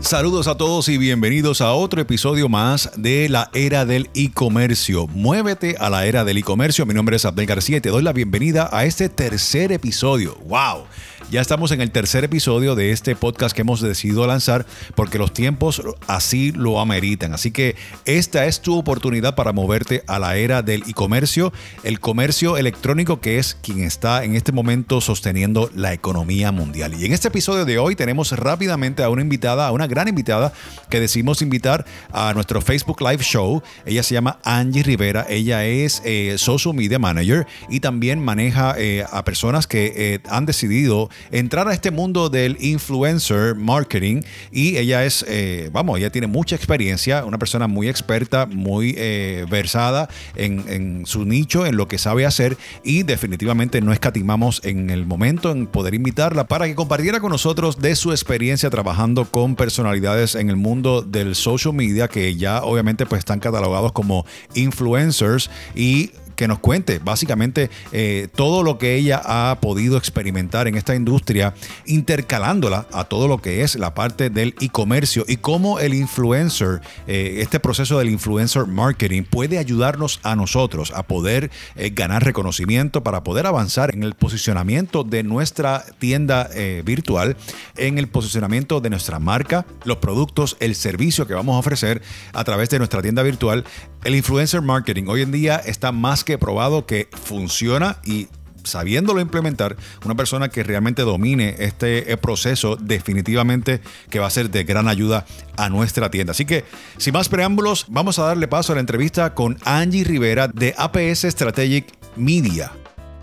Saludos a todos y bienvenidos a otro episodio más de la era del e-comercio. Muévete a la era del e-comercio. Mi nombre es Abdel García y te doy la bienvenida a este tercer episodio. ¡Wow! Ya estamos en el tercer episodio de este podcast que hemos decidido lanzar porque los tiempos así lo ameritan. Así que esta es tu oportunidad para moverte a la era del e-comercio, el comercio electrónico, que es quien está en este momento sosteniendo la economía mundial. Y en este episodio de hoy tenemos rápidamente a una invitada, a una gran invitada que decidimos invitar a nuestro Facebook Live Show. Ella se llama Angie Rivera. Ella es Social Media Manager y también maneja a personas que han decidido entrar a este mundo del influencer marketing, y ella es, ella tiene mucha experiencia, una persona muy experta, muy versada en su nicho, en lo que sabe hacer, y definitivamente no escatimamos en el momento en poder invitarla para que compartiera con nosotros de su experiencia trabajando con personalidades en el mundo del social media que ya obviamente pues están catalogados como influencers, y que nos cuente básicamente todo lo que ella ha podido experimentar en esta industria, intercalándola a todo lo que es la parte del e-comercio y cómo el influencer, este proceso del influencer marketing puede ayudarnos a nosotros a poder ganar reconocimiento para poder avanzar en el posicionamiento de nuestra tienda virtual, en el posicionamiento de nuestra marca, los productos, el servicio que vamos a ofrecer a través de nuestra tienda virtual. El influencer marketing hoy en día está más que probado que funciona, y sabiéndolo implementar, una persona que realmente domine este proceso definitivamente que va a ser de gran ayuda a nuestra tienda. Así que, sin más preámbulos, vamos a darle paso a la entrevista con Angie Rivera de APS Strategic Media.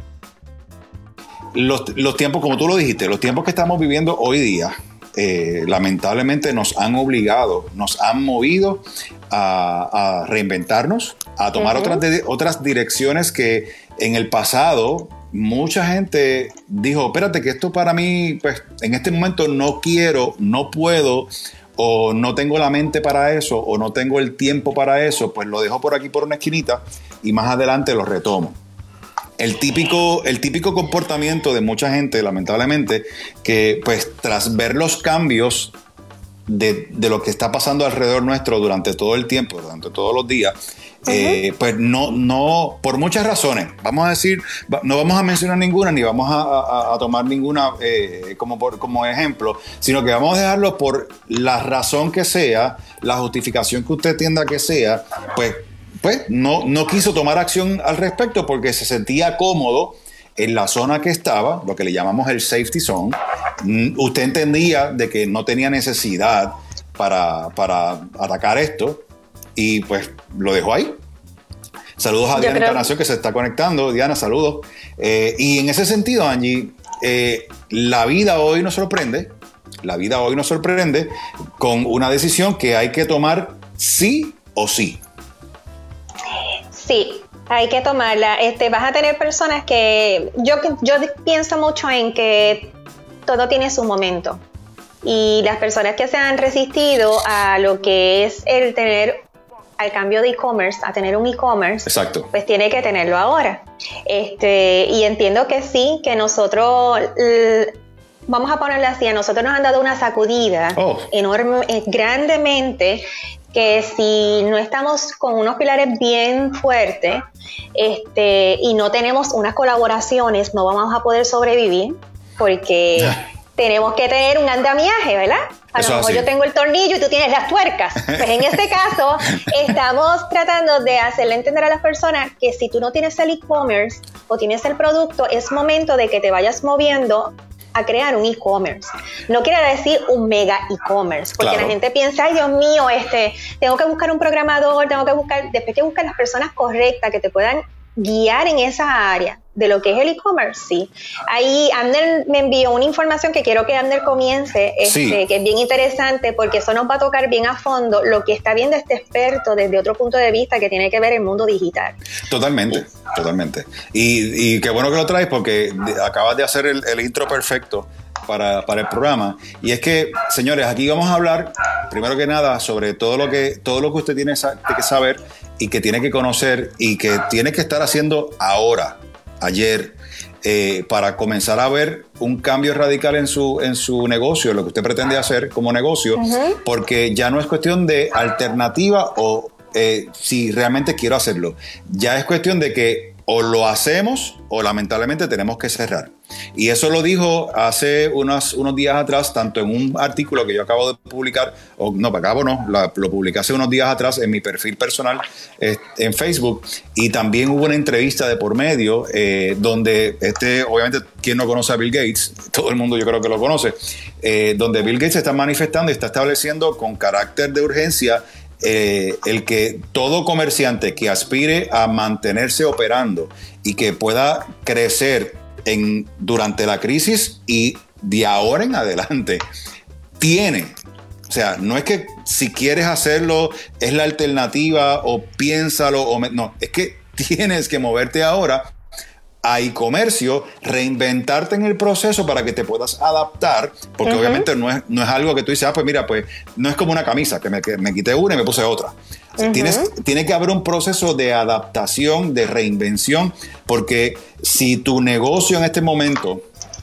Los tiempos, como tú lo dijiste, los tiempos que estamos viviendo hoy día, lamentablemente nos han obligado, nos han movido a reinventarnos, a tomar otras direcciones que en el pasado mucha gente dijo, espérate, que esto para mí, pues en este momento no quiero, no puedo, o no tengo la mente para eso, o no tengo el tiempo para eso, pues lo dejo por aquí por una esquinita y más adelante lo retomo. El típico comportamiento de mucha gente, lamentablemente, que pues tras ver los cambios de lo que está pasando alrededor nuestro durante todo el tiempo, durante todos los días, pues no, por muchas razones, vamos a decir, no vamos a mencionar ninguna, ni vamos a tomar ninguna como ejemplo, sino que vamos a dejarlo por la razón que sea, la justificación que usted entienda que sea, pues no quiso tomar acción al respecto porque se sentía cómodo en la zona que estaba, lo que le llamamos el safety zone. Usted entendía de que no tenía necesidad para atacar esto, y pues lo dejó ahí. Saludos a Diana Encarnación, que se está conectando. Diana, saludos. Y en ese sentido, Angie, la vida hoy nos sorprende con una decisión que hay que tomar sí o sí. Sí, hay que tomarla. Vas a tener personas que... Yo pienso mucho en que todo tiene su momento. Y las personas que se han resistido a lo que es el tener al cambio de e-commerce, a tener un e-commerce, exacto, pues tiene que tenerlo ahora. Y entiendo que sí, que nosotros... vamos a ponerlo así, a nosotros nos han dado una sacudida enorme, grandemente, que si no estamos con unos pilares bien fuertes y no tenemos unas colaboraciones, no vamos a poder sobrevivir, porque tenemos que tener un andamiaje, ¿verdad? A lo mejor yo tengo el tornillo y tú tienes las tuercas. Pues en este caso estamos tratando de hacerle entender a las personas que si tú no tienes el e-commerce o tienes el producto, es momento de que te vayas moviendo a crear un e-commerce. No quiere decir un mega e-commerce, porque la gente piensa, ay Dios mío, tengo que buscar un programador, después que buscar las personas correctas que te puedan guiar en esa área de lo que es el e-commerce, sí. Ahí Abner me envió una información que quiero que Abner comience, que es bien interesante, porque eso nos va a tocar bien a fondo lo que está viendo este experto desde otro punto de vista que tiene que ver el mundo digital. Totalmente. Y qué bueno que lo traes, porque acabas de hacer el intro perfecto para el programa. Y es que, señores, aquí vamos a hablar, primero que nada, sobre todo lo que usted tiene que saber y que tiene que conocer y que tiene que estar haciendo ahora, ayer, para comenzar a ver un cambio radical en su negocio, lo que usted pretende hacer como negocio, porque ya no es cuestión de alternativa o si realmente quiero hacerlo. Ya es cuestión de que o lo hacemos o lamentablemente tenemos que cerrar. Y eso lo dijo hace unos días atrás, tanto en un artículo que yo acabo de publicar, lo publiqué hace unos días atrás en mi perfil personal en Facebook, y también hubo una entrevista de por medio donde obviamente, ¿quién no conoce a Bill Gates? Todo el mundo yo creo que lo conoce, donde Bill Gates está manifestando y está estableciendo con carácter de urgencia el que todo comerciante que aspire a mantenerse operando y que pueda crecer durante la crisis y de ahora en adelante, o sea, no es que si quieres hacerlo es la alternativa o piénsalo, no, es que tienes que moverte ahora a e-comercio, reinventarte en el proceso para que te puedas adaptar, porque obviamente no es algo que tú dices, pues mira, pues no es como una camisa, que me quité una y me puse otra. O sea, tiene que haber un proceso de adaptación, de reinvención, porque si tu negocio en este momento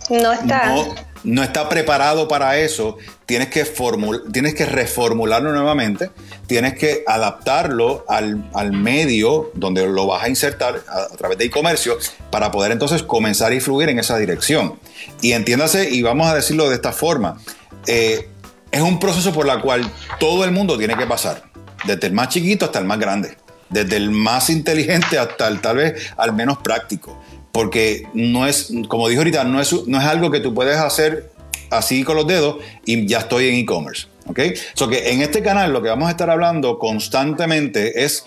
no está preparado para eso, tienes que reformularlo nuevamente, tienes que adaptarlo al medio donde lo vas a insertar a través de e-comercio para poder entonces comenzar a influir en esa dirección. Y entiéndase, y vamos a decirlo de esta forma, es un proceso por el cual todo el mundo tiene que pasar, desde el más chiquito hasta el más grande, desde el más inteligente hasta el tal vez al menos práctico. Porque no es, como dijo ahorita, no es algo que tú puedes hacer así con los dedos y ya estoy en e-commerce. ¿Okay? So que en este canal lo que vamos a estar hablando constantemente es,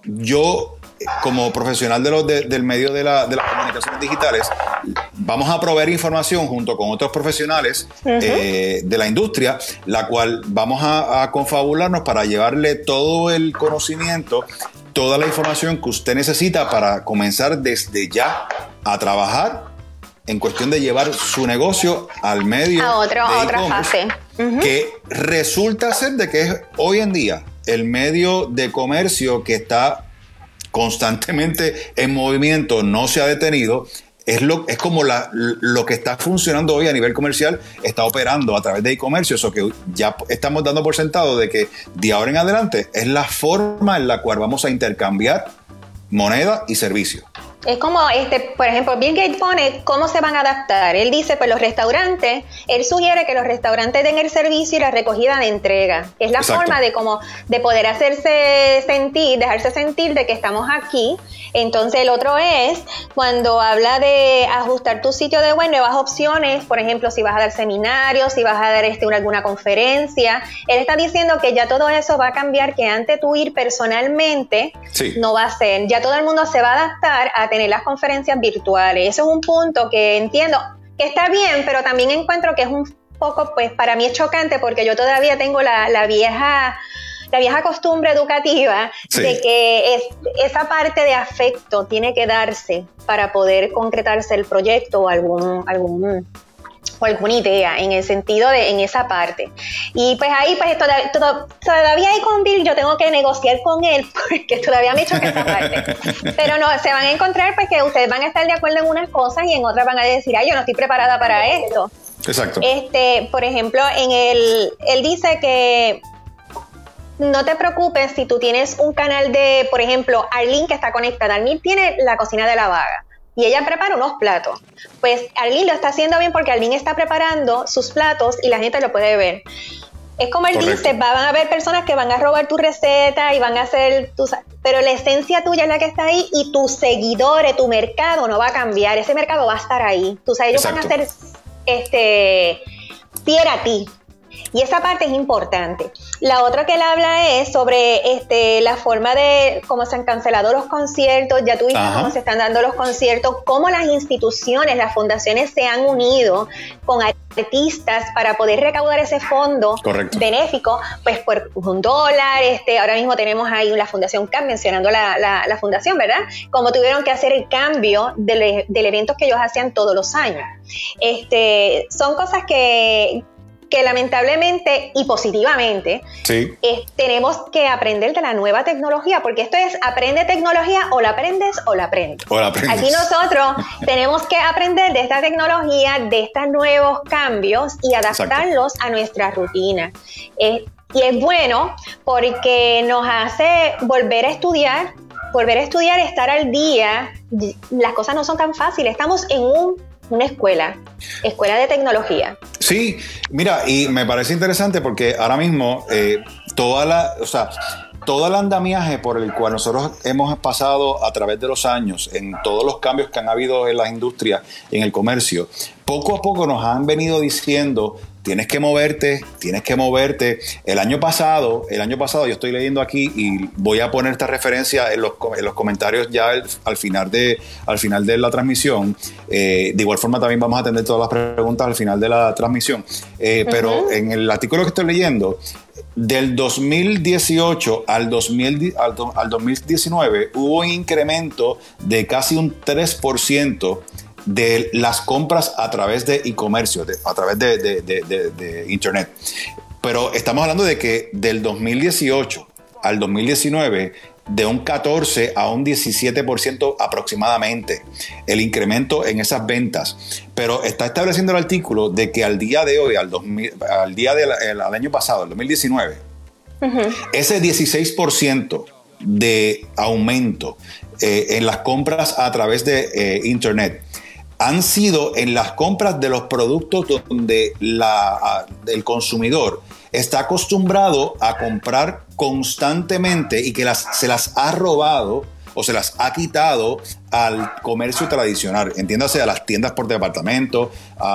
yo como profesional del medio de las comunicaciones digitales, vamos a proveer información junto con otros profesionales de la industria, la cual vamos a confabularnos para llevarle todo el conocimiento, toda la información que usted necesita para comenzar desde ya a trabajar en cuestión de llevar su negocio al medio a otra fase. Que resulta ser de que es hoy en día el medio de comercio que está constantemente en movimiento, no se ha detenido. Es como lo que está funcionando hoy a nivel comercial, está operando a través de e-comercio. Eso que ya estamos dando por sentado de que de ahora en adelante es la forma en la cual vamos a intercambiar moneda y servicio. Es como, por ejemplo, Bill Gates pone cómo se van a adaptar. Él dice, pues los restaurantes, él sugiere que los restaurantes den el servicio y la recogida de entrega. Es la forma de poder dejarse sentir de que estamos aquí. Entonces el otro es cuando habla de ajustar tu sitio de web, nuevas opciones, por ejemplo, si vas a dar seminarios, si vas a dar alguna conferencia. Él está diciendo que ya todo eso va a cambiar, que antes tú ir personalmente no va a ser. Ya todo el mundo se va a adaptar a tener las conferencias virtuales. Eso es un punto que entiendo que está bien, pero también encuentro que es un poco, pues para mí es chocante, porque yo todavía tengo la vieja costumbre educativa de que esa parte de afecto tiene que darse para poder concretarse el proyecto o alguna idea en el sentido en esa parte. Y pues ahí pues todavía ahí con Bill yo tengo que negociar con él porque todavía me choca esa parte. Pero no, se van a encontrar pues que ustedes van a estar de acuerdo en unas cosas y en otras van a decir, yo no estoy preparada para esto. Exacto. Por ejemplo, él dice que no te preocupes si tú tienes un canal de, por ejemplo, Arlene que está conectada. Arlene tiene la cocina de la vaga y ella prepara unos platos. Pues Arlene lo está haciendo bien porque Arlene está preparando sus platos y la gente lo puede ver. Es como él dice, van a haber personas que van a robar tu receta y van a hacer pero la esencia tuya es la que está ahí y tus seguidores, tu mercado no va a cambiar. Ese mercado va a estar ahí. Tú sabes, ellos van a ser fiel a ti. Y esa parte es importante. La otra que él habla es sobre la forma de cómo se han cancelado los conciertos. Ya tú viste cómo se están dando los conciertos, cómo las instituciones, las fundaciones se han unido con artistas para poder recaudar ese fondo benéfico, pues por $1. Ahora mismo tenemos ahí la Fundación CAP, mencionando la fundación, ¿verdad? Como tuvieron que hacer el cambio del evento que ellos hacían todos los años. Son cosas que que lamentablemente y positivamente tenemos que aprender de la nueva tecnología, porque esto es aprende tecnología, o la aprendes o la aprendes. Aquí nosotros tenemos que aprender de esta tecnología, de estos nuevos cambios y adaptarlos a nuestra rutina. Y es bueno porque nos hace volver a estudiar, estar al día. Las cosas no son tan fáciles. Estamos en una escuela de tecnología. Sí, mira, y me parece interesante porque ahora mismo todo el andamiaje por el cual nosotros hemos pasado a través de los años, en todos los cambios que han habido en las industrias, en el comercio, poco a poco nos han venido diciendo: tienes que moverte. El año pasado, yo estoy leyendo aquí y voy a poner esta referencia en los comentarios ya al final de la transmisión. De igual forma también vamos a atender todas las preguntas al final de la transmisión. Pero en el artículo que estoy leyendo, del 2018 al 2019 hubo un incremento de casi un 3% de las compras a través de e-comercio, a través de internet. Pero estamos hablando de que del 2018 al 2019, de un 14 a un 17% aproximadamente, el incremento en esas ventas. Pero está estableciendo el artículo de que al día de hoy, al año pasado, el 2019, ese 16% de aumento en las compras a través de internet han sido en las compras de los productos donde el consumidor está acostumbrado a comprar constantemente y que se las ha robado o se las ha quitado al comercio tradicional, entiéndase, a las tiendas por departamento,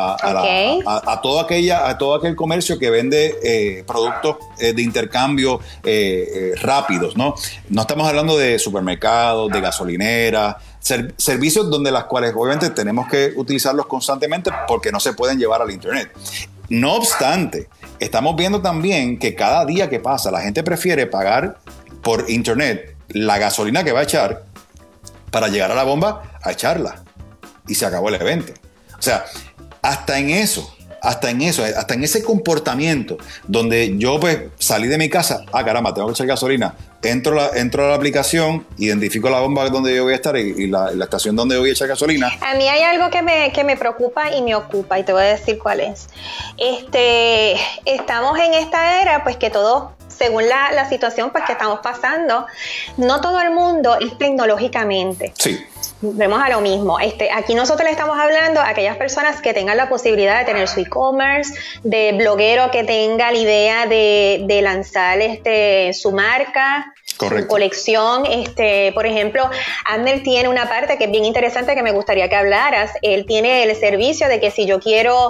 a todo aquel comercio que vende productos de intercambio rápidos, ¿no? No estamos hablando de supermercados, de gasolineras, servicios donde las cuales obviamente tenemos que utilizarlos constantemente porque no se pueden llevar al internet. No obstante, estamos viendo también que cada día que pasa la gente prefiere pagar por internet la gasolina que va a echar para llegar a la bomba a echarla y se acabó el evento. O sea, hasta en ese comportamiento donde yo pues salí de mi casa, caramba, tengo que echar gasolina, entro a la aplicación, identifico la bomba donde yo voy a estar y la estación donde voy a echar gasolina. A mí hay algo que me preocupa y me ocupa, y te voy a decir cuál es. Estamos en esta era pues que todo, según la situación pues que estamos pasando, no todo el mundo es tecnológicamente. Sí. Vemos a lo mismo. Aquí nosotros le estamos hablando a aquellas personas que tengan la posibilidad de tener su e-commerce, de bloguero que tenga la idea de lanzar su marca, correcto, su colección. Por ejemplo, Abner tiene una parte que es bien interesante que me gustaría que hablaras. Él tiene el servicio de que si yo quiero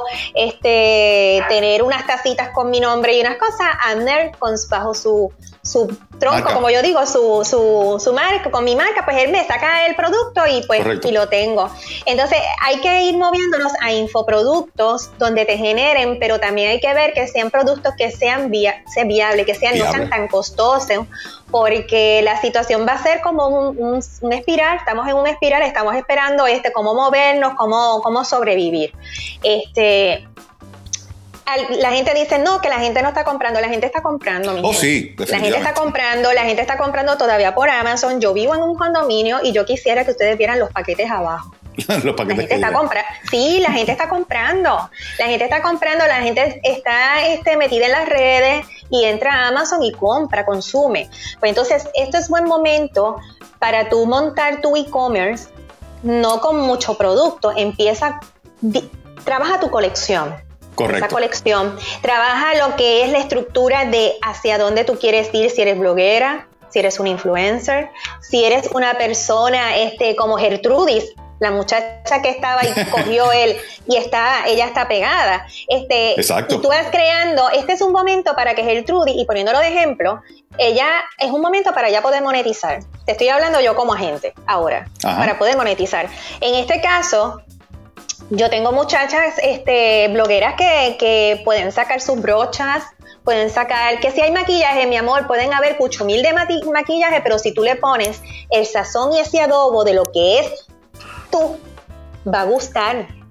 tener unas tacitas con mi nombre y unas cosas, Abner bajo su tronco, marca, como yo digo, su marca, con mi marca, pues él me saca el producto y pues y lo tengo. Entonces hay que ir moviéndonos a infoproductos donde te generen, pero también hay que ver que sean productos que sean viables, que no sean tan costosos, porque la situación va a ser como un espiral. Estamos en un espiral, estamos esperando cómo movernos, cómo sobrevivir. La gente dice, no, que la gente no está comprando. La gente está comprando, mi gente. Sí, definitivamente. La gente está comprando todavía por Amazon. Yo vivo en un condominio y yo quisiera que ustedes vieran los paquetes abajo. Los paquetes. La gente está comprando. Sí, la gente está comprando. La gente está metida en las redes y entra a Amazon y compra, consume. Pues entonces, esto es buen momento para tú montar tu e-commerce, no con mucho producto. Trabaja tu colección. Correcto. Esa colección. Trabaja lo que es la estructura de hacia dónde tú quieres ir, si eres bloguera, si eres un influencer, si eres una persona como Gertrudis, la muchacha que estaba y cogió él y ella está pegada. Exacto. Y tú vas creando, es un momento para que Gertrudis, y poniéndolo de ejemplo, es un momento para ella poder monetizar. Te estoy hablando yo como agente ahora, para poder monetizar. En este caso, yo tengo muchachas blogueras que pueden sacar sus brochas, pueden sacar, que si hay maquillaje, mi amor, pueden haber 8,000 de maquillaje, pero si tú le pones el sazón y ese adobo de lo que es tú, va a gustar.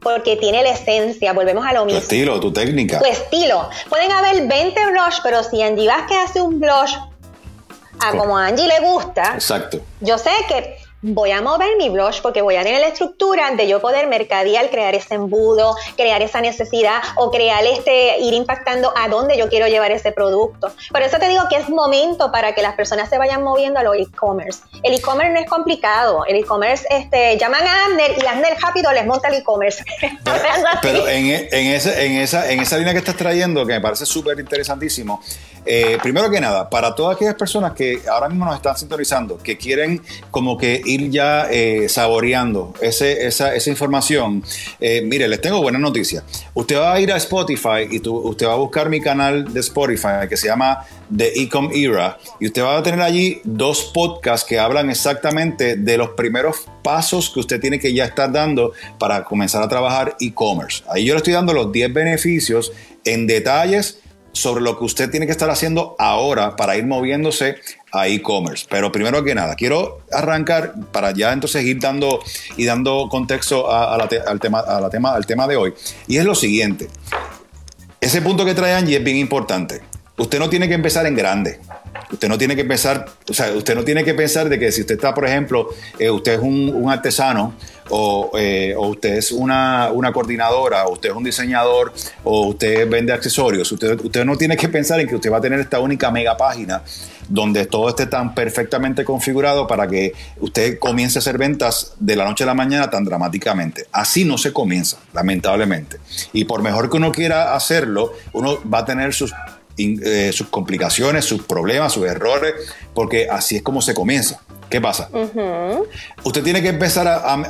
porque tiene la esencia, volvemos a lo mismo. Tu estilo, tu técnica. Tu estilo. Pueden haber 20 blush, pero si Angie Vázquez hace un blush como a Angie le gusta, exacto, yo sé que voy a mover mi blush porque voy a tener la estructura de yo poder mercadear, crear ese embudo, crear esa necesidad o crear ir impactando a dónde yo quiero llevar ese producto. Por eso te digo que es momento para que las personas se vayan moviendo a los e-commerce. El e-commerce no es complicado. El e-commerce, llaman a Abner y Abner rápido les monta el e-commerce. Pero en esa línea que estás trayendo, que me parece súper interesantísimo, primero que nada, para todas aquellas personas que ahora mismo nos están sintonizando, que quieren como que ir ya saboreando esa información, mire, les tengo buenas noticias. Usted va a ir a Spotify y usted va a buscar mi canal de Spotify que se llama The Ecom Era, y usted va a tener allí 2 podcasts que hablan exactamente de los primeros pasos que usted tiene que ya estar dando para comenzar a trabajar e-commerce. Ahí yo le estoy dando los 10 beneficios en detalles sobre lo que usted tiene que estar haciendo ahora para ir moviéndose a e-commerce. Pero primero que nada, quiero arrancar para ya entonces ir dando contexto al tema de hoy. Y es lo siguiente. Ese punto que trae Angie es bien importante. Usted no tiene que empezar en grande. Usted no tiene que pensar, usted no tiene que pensar de que si usted está, por ejemplo, usted es un artesano o usted es una coordinadora, o usted es un diseñador, o usted vende accesorios. Usted no tiene que pensar en que usted va a tener esta única mega página donde todo esté tan perfectamente configurado para que usted comience a hacer ventas de la noche a la mañana tan dramáticamente. Así no se comienza, lamentablemente. Y por mejor que uno quiera hacerlo, uno va a tener sus complicaciones, sus problemas, sus errores, porque así es como se comienza. ¿Qué pasa? Uh-huh. Usted tiene que empezar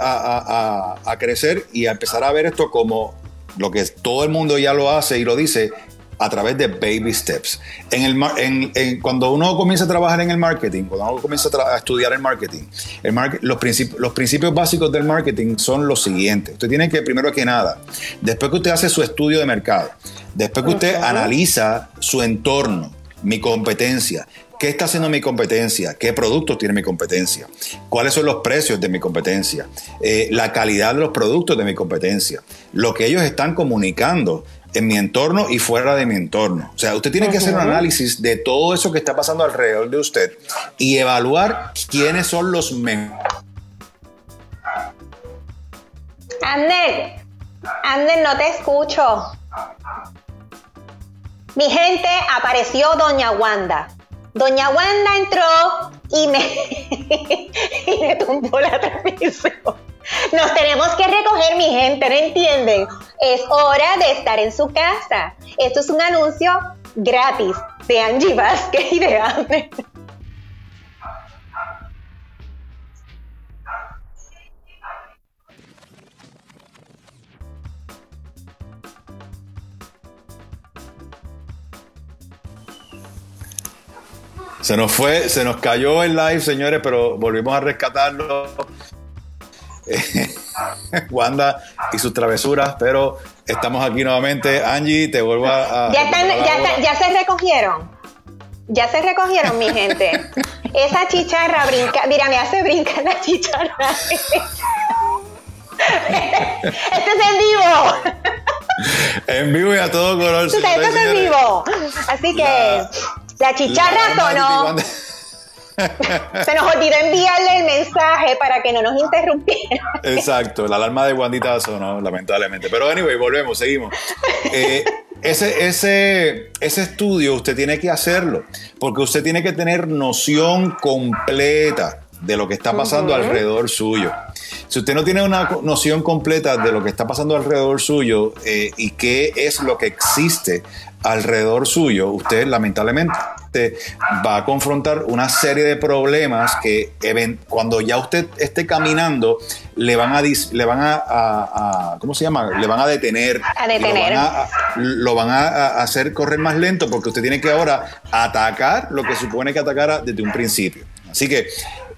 a crecer y a empezar a ver esto como lo que todo el mundo ya lo hace y lo dice a través de baby steps. Cuando uno comienza a trabajar en el marketing, cuando uno comienza a estudiar el marketing, los principios básicos del marketing son los siguientes. Usted tiene que, primero que nada, después que usted hace su estudio de mercado, después que usted analiza su entorno, mi competencia, ¿qué está haciendo mi competencia? ¿Qué productos tiene mi competencia? ¿Cuáles son los precios de mi competencia? La calidad de los productos de mi competencia. Lo que ellos están comunicando en mi entorno y fuera de mi entorno. O sea, usted tiene que hacer un análisis de todo eso que está pasando alrededor de usted y evaluar quiénes son los mejores. Ander, no te escucho. Mi gente, apareció Doña Wanda. Doña Wanda entró y me tumbó la transmisión. Nos tenemos que recoger, mi gente, ¿no entienden? Es hora de estar en su casa. Esto es un anuncio gratis de Angie Vázquez y de Abner. Se nos cayó el live, señores, pero volvimos a rescatarlo. Wanda y sus travesuras, pero estamos aquí nuevamente. Angie, te vuelvo a ya se recogieron. Ya se recogieron, mi gente. Esa chicharra brinca. Mira, me hace brincar la chicharra. Este es en vivo. En vivo y a todo color. Esto es en vivo. Así que la chicharra sonó. Se nos olvidó enviarle el mensaje para que no nos interrumpiera. Exacto, la alarma de Wandita sonó, lamentablemente. Pero anyway, volvemos, seguimos. Ese estudio usted tiene que hacerlo, porque usted tiene que tener noción completa de lo que está pasando alrededor suyo. Si usted no tiene una noción completa de lo que está pasando alrededor suyo y qué es lo que existe alrededor suyo, usted lamentablemente va a confrontar una serie de problemas que cuando ya usted esté caminando le van a ¿cómo se llama? Le van a detener. Lo van a hacer correr más lento, porque usted tiene que ahora atacar lo que supone que atacara desde un principio. Así que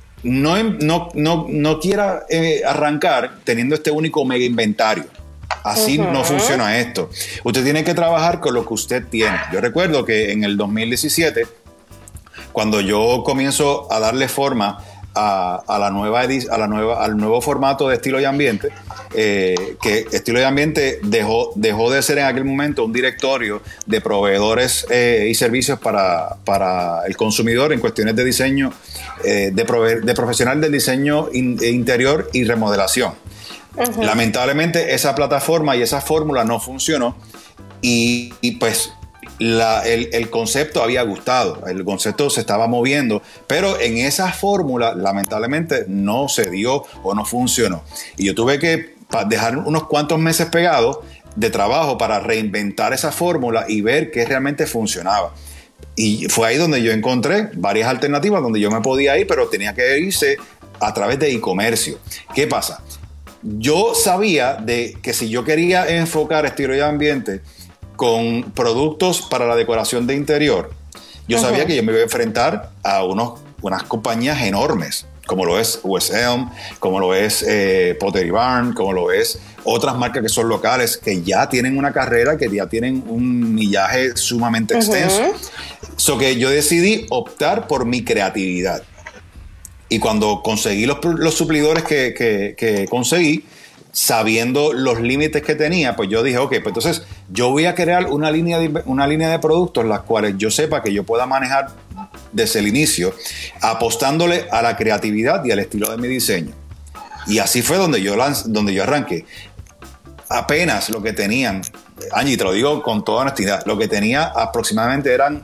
no quiera arrancar teniendo este único mega inventario. Así no funciona esto. Usted tiene que trabajar con lo que usted tiene. Yo recuerdo que en el 2017, cuando yo comienzo a darle forma al nuevo formato de Estilo y Ambiente, que Estilo y Ambiente dejó de ser en aquel momento un directorio de proveedores y servicios para el consumidor en cuestiones de diseño, de profesional del diseño interior y remodelación. Uh-huh. Lamentablemente esa plataforma y esa fórmula no funcionó y pues el concepto había gustado, el concepto se estaba moviendo, pero en esa fórmula lamentablemente no se dio o no funcionó. Y yo tuve que dejar unos cuantos meses pegados de trabajo para reinventar esa fórmula y ver qué realmente funcionaba. Y fue ahí donde yo encontré varias alternativas donde yo me podía ir, pero tenía que irse a través de e-comercio. ¿Qué pasa? Yo sabía de que si yo quería enfocar Estilo y Ambiente con productos para la decoración de interior, yo sabía que yo me iba a enfrentar a unas compañías enormes, como lo es West Elm, como lo es Pottery Barn, como lo es otras marcas que son locales, que ya tienen una carrera, que ya tienen un millaje sumamente extenso. So que yo decidí optar por mi creatividad. Y cuando conseguí los suplidores que conseguí, sabiendo los límites que tenía, pues yo dije, ok, pues entonces yo voy a crear una línea de productos las cuales yo sepa que yo pueda manejar desde el inicio, apostándole a la creatividad y al estilo de mi diseño. Y así fue donde yo arranqué. Apenas lo que tenían, Angie, te lo digo con toda honestidad, lo que tenía aproximadamente eran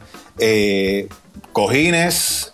cojines,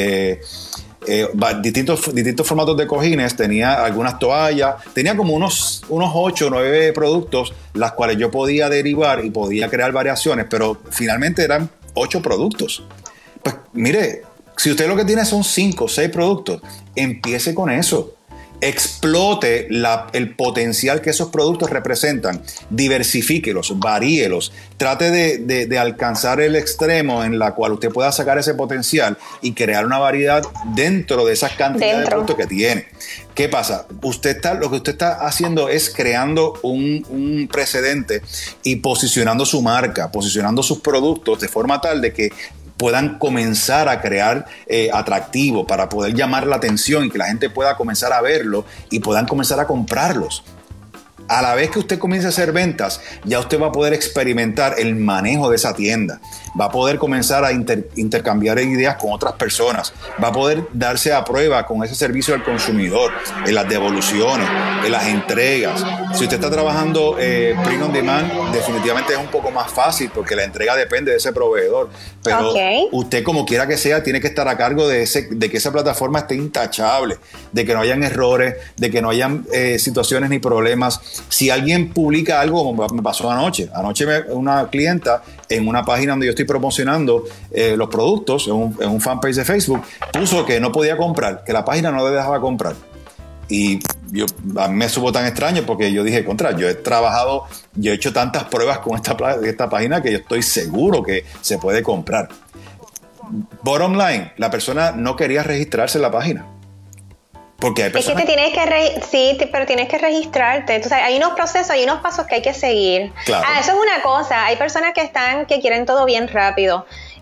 distintos formatos de cojines, tenía algunas toallas, tenía como unos 8 o 9 productos, las cuales yo podía derivar y podía crear variaciones, pero finalmente eran 8 productos. Pues mire, si usted lo que tiene son 5 o 6 productos, empiece con eso. Explote el potencial que esos productos representan, diversifíquelos, varíelos, trate de alcanzar el extremo en la cual usted pueda sacar ese potencial y crear una variedad dentro de esas cantidades de productos que tiene. ¿Qué pasa? Lo que usted está haciendo es creando un precedente y posicionando su marca, posicionando sus productos de forma tal de que puedan comenzar a crear atractivo para poder llamar la atención y que la gente pueda comenzar a verlo y puedan comenzar a comprarlos. A la vez que usted comience a hacer ventas, ya usted va a poder experimentar el manejo de esa tienda. Va a poder comenzar a intercambiar ideas con otras personas. Va a poder darse a prueba con ese servicio al consumidor, en las devoluciones, en las entregas. Si usted está trabajando print on demand, definitivamente es un poco más fácil porque la entrega depende de ese proveedor. Pero usted, como quiera que sea, tiene que estar a cargo de que esa plataforma esté intachable, de que no hayan errores, de que no hayan situaciones ni problemas. Si alguien publica algo, como me pasó anoche una clienta en una página donde yo estoy promocionando los productos, en un fanpage de Facebook, puso que no podía comprar, que la página no le dejaba comprar. Y a mí me supo tan extraño porque yo dije, yo he hecho tantas pruebas con esta página que yo estoy seguro que se puede comprar. Bottom line, la persona no quería registrarse en la página. Porque hay personas... Es que pero tienes que registrarte. Entonces, hay unos procesos, hay unos pasos que hay que seguir. Claro. Eso es una cosa. Hay personas que quieren todo bien rápido.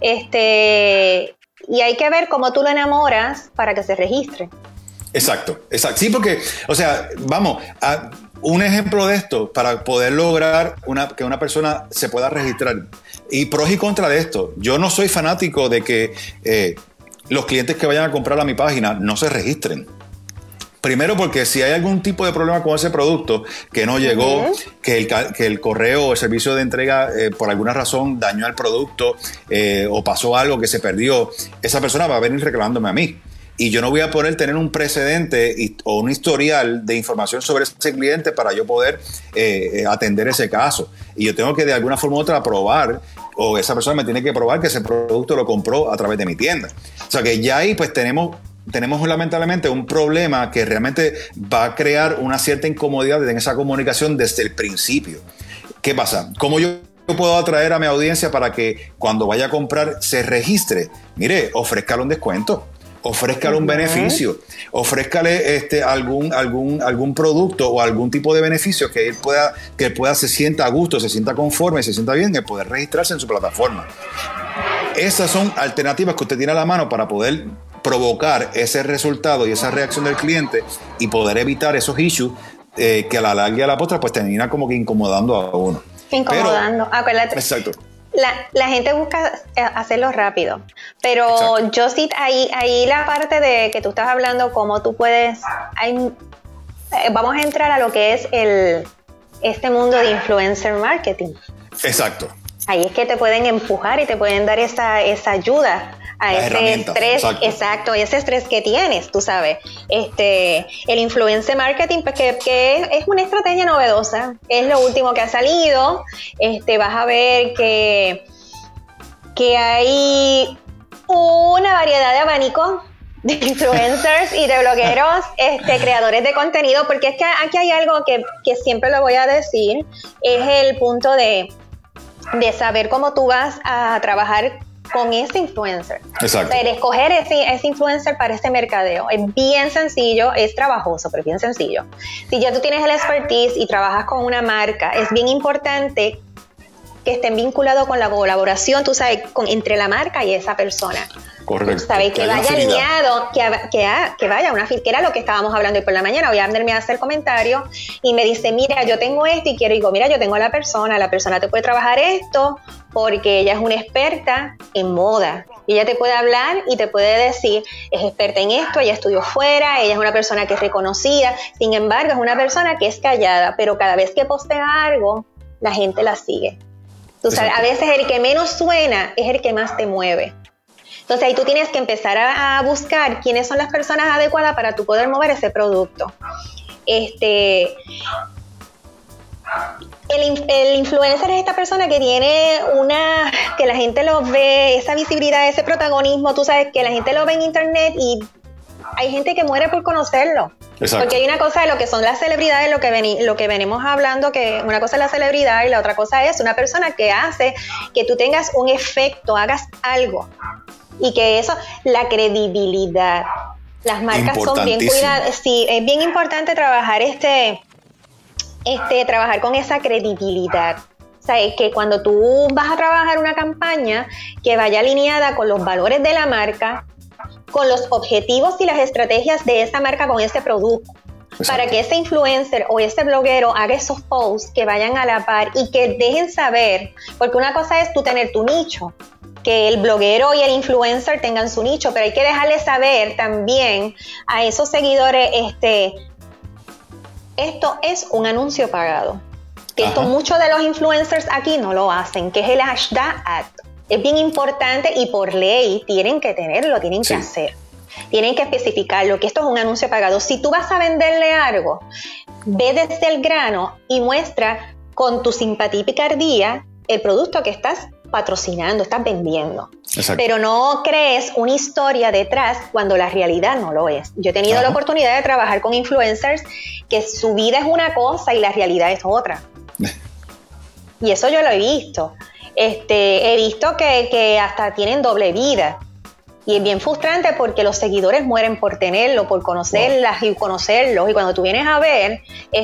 Y hay que ver cómo tú lo enamoras para que se registre. Exacto. Sí, porque, vamos, un ejemplo de esto, para poder lograr que una persona se pueda registrar. Y pros y contras de esto. Yo no soy fanático de que los clientes que vayan a comprar a mi página no se registren. Primero, porque si hay algún tipo de problema con ese producto que no llegó, que el correo o el servicio de entrega por alguna razón dañó el producto o pasó algo que se perdió, esa persona va a venir reclamándome a mí. Y yo no voy a poder tener un precedente o un historial de información sobre ese cliente para yo poder atender ese caso. Y yo tengo que de alguna forma u otra probar, o esa persona me tiene que probar que ese producto lo compró a través de mi tienda. O sea que ya ahí pues tenemos lamentablemente un problema que realmente va a crear una cierta incomodidad en esa comunicación desde el principio. ¿Qué pasa? ¿Cómo yo puedo atraer a mi audiencia para que cuando vaya a comprar se registre? Mire, ofrézcale un descuento, ofrézcale un beneficio, ofrézcale algún producto o algún tipo de beneficio que él pueda se sienta a gusto, se sienta conforme, se sienta bien en poder registrarse en su plataforma. Esas son alternativas que usted tiene a la mano para poder provocar ese resultado y esa reacción del cliente y poder evitar esos issues que a la larga y a la postre pues termina como que incomodando a uno. Incomodando, acuérdate. Exacto. La gente busca hacerlo rápido, pero exacto. Yo sí, ahí la parte de que tú estás hablando, cómo tú puedes, vamos a entrar a lo que es este mundo de influencer marketing. Exacto. Ahí es que te pueden empujar y te pueden dar esa ayuda a ese estrés, exacto, ese estrés que tienes, tú sabes. El influencer marketing, pues que es una estrategia novedosa, es lo último que ha salido. Vas a ver que hay una variedad de abanicos de influencers y de blogueros, creadores de contenido, porque es que aquí hay algo que siempre lo voy a decir, es el punto de saber cómo tú vas a trabajar con ese influencer. Exacto. Pero escoger ese influencer para ese mercadeo es bien sencillo, es trabajoso, pero es bien sencillo. Si ya tú tienes el expertise y trabajas con una marca, es bien importante que estén vinculados con la colaboración, tú sabes, entre la marca y esa persona. Correcto. Tú sabes, que vaya alineado, que vaya una que era lo que estábamos hablando hoy por la mañana. Hoy Abner me hace el comentario y me dice, mira, yo tengo esto y digo, mira, yo tengo a la persona te puede trabajar esto porque ella es una experta en moda. Y ella te puede hablar y te puede decir, es experta en esto, ella estudió fuera, ella es una persona que es reconocida, sin embargo, es una persona que es callada, pero cada vez que postea algo, la gente la sigue. Tú sabes, a veces el que menos suena es el que más te mueve. Entonces ahí tú tienes que empezar a buscar quiénes son las personas adecuadas para tú poder mover ese producto. El influencer es esta persona que tiene que la gente lo ve, esa visibilidad, ese protagonismo, tú sabes, que la gente lo ve en internet y hay gente que muere por conocerlo. Exacto. Porque hay una cosa de lo que son las celebridades, lo que venimos hablando, que una cosa es la celebridad y la otra cosa es una persona que hace que tú tengas un efecto, hagas algo. Y que eso, la credibilidad. Las marcas son bien cuidadas. Sí, es bien importante trabajar trabajar con esa credibilidad. O sea, es que cuando tú vas a trabajar una campaña que vaya alineada con los valores de la marca, con los objetivos y las estrategias de esa marca con ese producto. Exacto. Para que ese influencer o ese bloguero haga esos posts que vayan a la par y que dejen saber, porque una cosa es tú tener tu nicho, que el bloguero y el influencer tengan su nicho, pero hay que dejarle saber también a esos seguidores, esto es un anuncio pagado. Que esto muchos de los influencers aquí no lo hacen, que es el hashtag ad. Es bien importante y por ley tienen que tenerlo, tienen que hacer. Tienen que especificarlo, que esto es un anuncio pagado. Si tú vas a venderle algo, ve desde el grano y muestra con tu simpatía y picardía el producto que estás patrocinando, estás vendiendo. Exacto. Pero no crees una historia detrás cuando la realidad no lo es. Yo he tenido la oportunidad de trabajar con influencers que su vida es una cosa y la realidad es otra. Y eso yo lo he visto. He visto que hasta tienen doble vida. Y es bien frustrante porque los seguidores mueren por tenerlo, por conocerlas y conocerlos. Y cuando tú vienes a ver,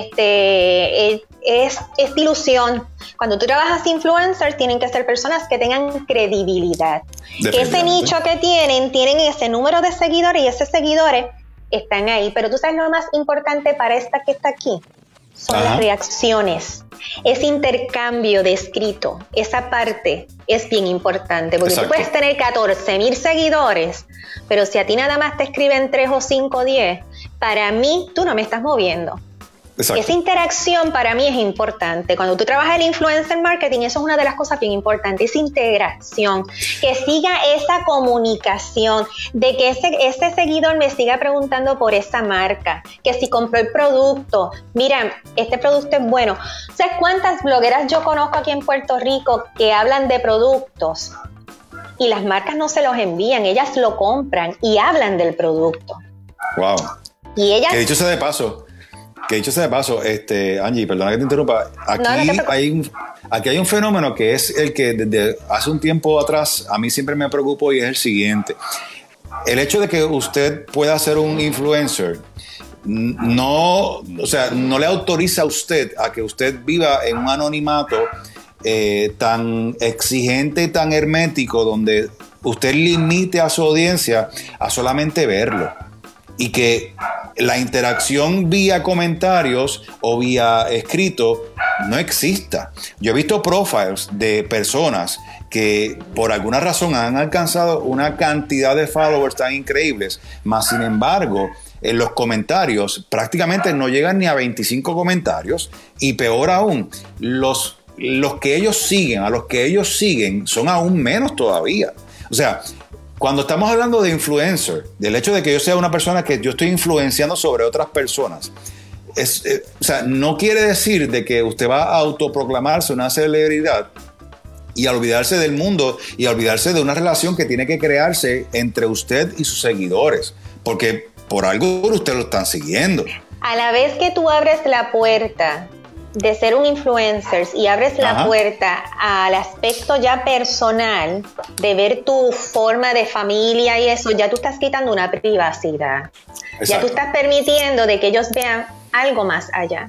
es ilusión. Cuando tú trabajas influencers, tienen que ser personas que tengan credibilidad. Que ese nicho que tienen ese número de seguidores y esos seguidores están ahí. Pero tú sabes lo más importante para esta que está aquí. Son las reacciones. Ese intercambio de escrito, esa parte es bien importante, porque tú puedes tener 14,000 seguidores, pero si a ti nada más te escriben 3 o 5 o 10, para mí tú no me estás moviendo. Exacto. Esa interacción para mí es importante. Cuando tú trabajas el influencer marketing, eso es una de las cosas bien importantes, esa integración, que siga esa comunicación, de que ese seguidor me siga preguntando por esa marca, que si compró el producto, mira, este producto es bueno. ¿Sabes cuántas blogueras yo conozco aquí en Puerto Rico que hablan de productos y las marcas no se los envían, ellas lo compran y hablan del producto? Wow. Y ellas... Que dicho sea de paso, Angie, perdona que te interrumpa. Aquí hay un fenómeno que es el que desde hace un tiempo atrás a mí siempre me preocupó y es el siguiente. El hecho de que usted pueda ser un influencer no le autoriza a usted a que usted viva en un anonimato tan exigente y tan hermético donde usted limite a su audiencia a solamente verlo y que la interacción vía comentarios o vía escrito no exista. Yo he visto profiles de personas que por alguna razón han alcanzado una cantidad de followers tan increíbles, mas sin embargo en los comentarios prácticamente no llegan ni a 25 comentarios, y peor aún, los que ellos siguen, a los que ellos siguen son aún menos todavía. O sea, cuando estamos hablando de influencer, del hecho de que yo sea una persona que yo estoy influenciando sobre otras personas, o sea, no quiere decir de que usted va a autoproclamarse una celebridad y a olvidarse del mundo y a olvidarse de una relación que tiene que crearse entre usted y sus seguidores, porque por algo usted lo están siguiendo. A la vez que tú abres la puerta de ser un influencer y abres la puerta al aspecto ya personal de ver tu forma de familia y eso, ya tú estás quitando una privacidad. Exacto. Ya tú estás permitiendo de que ellos vean algo más allá.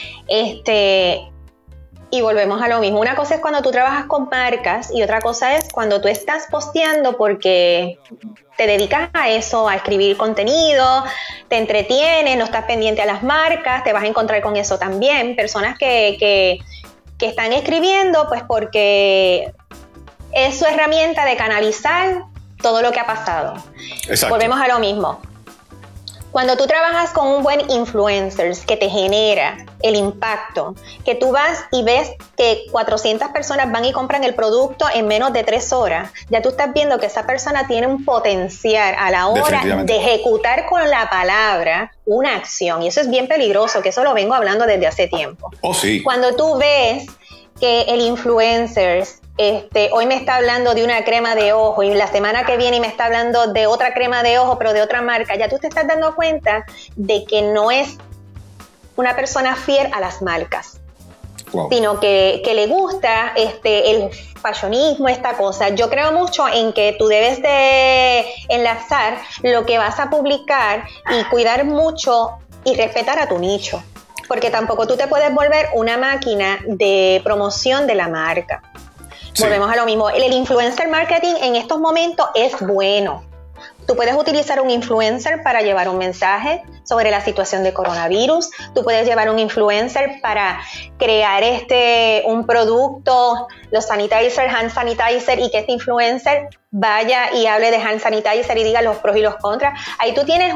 Y volvemos a lo mismo. Una cosa es cuando tú trabajas con marcas y otra cosa es cuando tú estás posteando porque te dedicas a eso, a escribir contenido, te entretienes, no estás pendiente a las marcas, te vas a encontrar con eso también. Personas que están escribiendo pues porque es su herramienta de canalizar todo lo que ha pasado. Exacto. Volvemos a lo mismo. Cuando tú trabajas con un buen influencer que te genera el impacto, que tú vas y ves que 400 personas van y compran el producto en menos de 3 horas, ya tú estás viendo que esa persona tiene un potencial a la hora de ejecutar con la palabra una acción. Y eso es bien peligroso, que eso lo vengo hablando desde hace tiempo. Oh, sí. Cuando tú ves que el influencer hoy me está hablando de una crema de ojo y la semana que viene me está hablando de otra crema de ojo, pero de otra marca, ya tú te estás dando cuenta de que no es una persona fiel a las marcas, sino que le gusta el fashionismo, esta cosa. Yo creo mucho en que tú debes de enlazar lo que vas a publicar y cuidar mucho y respetar a tu nicho, porque tampoco tú te puedes volver una máquina de promoción de la marca. Sí. Volvemos a lo mismo. El influencer marketing en estos momentos es bueno. Tú puedes utilizar un influencer para llevar un mensaje sobre la situación de coronavirus. Tú puedes llevar un influencer para crear un producto, los sanitizer, hand sanitizer, y que este influencer vaya y hable de hand sanitizer y diga los pros y los contras. Ahí tú tienes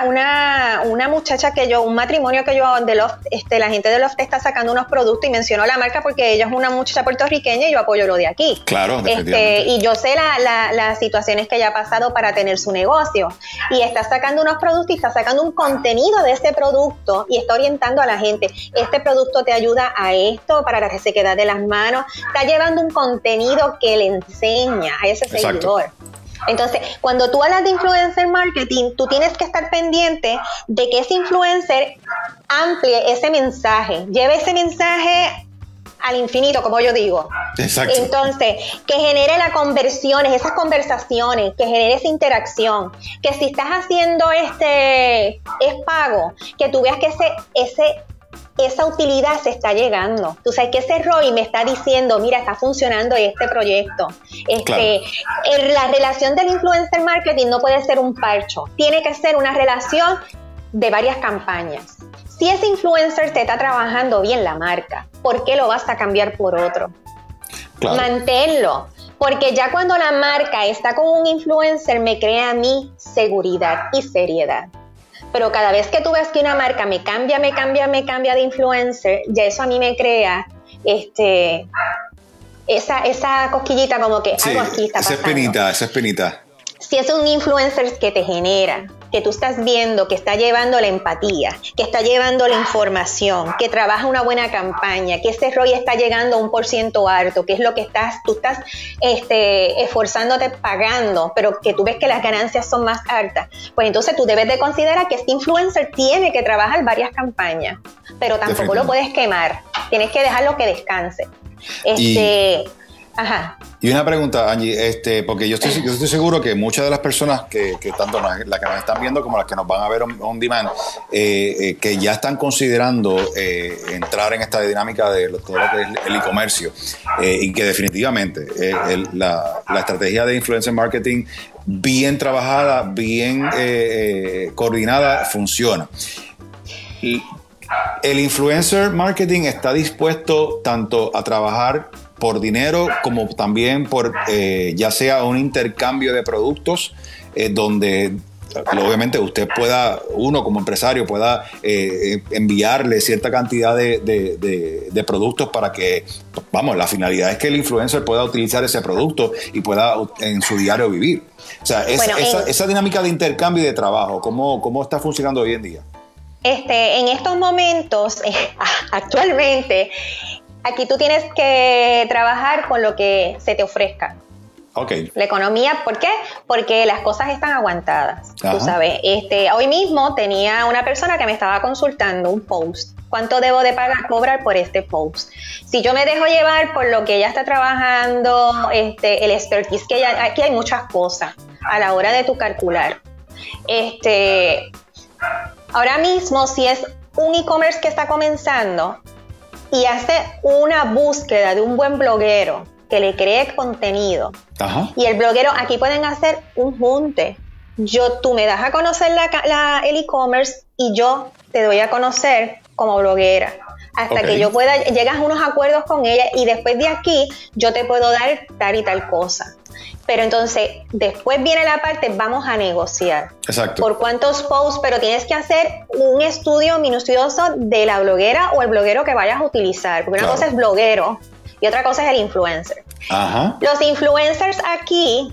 una muchacha un matrimonio que yo de Loft, la gente de Loft está sacando unos productos y mencionó la marca porque ella es una muchacha puertorriqueña y yo apoyo lo de aquí. Claro, definitivamente. Y yo sé las situaciones que ella ha pasado para tener su negocio, y está sacando unos productos y está sacando un contenido de ese producto y está orientando a la gente. Este producto te ayuda a esto, para la resequedad de las manos. Está llevando un contenido que le enseña a ese seguidor. Entonces, cuando tú hablas de influencer marketing, tú tienes que estar pendiente de que ese influencer amplíe ese mensaje, lleve ese mensaje al infinito, como yo digo. Exacto. Entonces, que genere las conversiones, esas conversaciones, que genere esa interacción, que si estás haciendo es pago, que tú veas que esa utilidad se está llegando. Tú sabes que ese ROI me está diciendo, mira, está funcionando este proyecto. Claro. La relación del influencer marketing no puede ser un parcho, tiene que ser una relación de varias campañas. Si ese influencer te está trabajando bien la marca, ¿por qué lo vas a cambiar por otro? Claro. Manténlo, porque ya cuando la marca está con un influencer me crea a mí seguridad y seriedad. Pero cada vez que tú ves que una marca me cambia de influencer, ya eso a mí me crea esa cosquillita, como que algo aquí está pasando. Esa es penita. Si es un influencer que te genera, que tú estás viendo, que está llevando la empatía, que está llevando la información, que trabaja una buena campaña, que ese ROI está llegando a un % alto, que es lo que tú estás esforzándote pagando, pero que tú ves que las ganancias son más altas, pues entonces tú debes de considerar que este influencer tiene que trabajar varias campañas, pero tampoco lo puedes quemar, tienes que dejarlo que descanse. Ajá. Y una pregunta, Angie, porque yo estoy seguro que muchas de las personas que tanto las que nos están viendo como las que nos van a ver on demand, que ya están considerando entrar en esta dinámica de todo lo que es el e-comercio, y que definitivamente la estrategia de influencer marketing bien trabajada, bien coordinada, funciona. El influencer marketing está dispuesto tanto a trabajar por dinero como también por ya sea un intercambio de productos donde obviamente usted pueda, uno como empresario pueda enviarle cierta cantidad de productos para que, vamos, la finalidad es que el influencer pueda utilizar ese producto y pueda en su diario vivir. O sea, esa dinámica de intercambio y de trabajo, ¿cómo está funcionando hoy en día? En estos momentos, actualmente, aquí tú tienes que trabajar con lo que se te ofrezca. Okay. La economía, ¿por qué? Porque las cosas están aguantadas. Ajá. Tú sabes, hoy mismo tenía una persona que me estaba consultando un post. ¿Cuánto debo de cobrar por este post? Si yo me dejo llevar por lo que ella está trabajando, el expertise que ella, aquí hay muchas cosas a la hora de tu calcular. Ahora mismo, si es un e-commerce que está comenzando y hace una búsqueda de un buen bloguero que le cree contenido, ajá, y el bloguero, aquí pueden hacer un junte. Tú me das a conocer el e-commerce y yo te doy a conocer como bloguera. Hasta que yo pueda, llegas a unos acuerdos con ella y después de aquí yo te puedo dar tal y tal cosa. Pero entonces, después viene la parte, vamos a negociar. Exacto. Por cuántos posts, pero tienes que hacer un estudio minucioso de la bloguera o el bloguero que vayas a utilizar. Porque una cosa es bloguero y otra cosa es el influencer. Ajá. Los influencers aquí,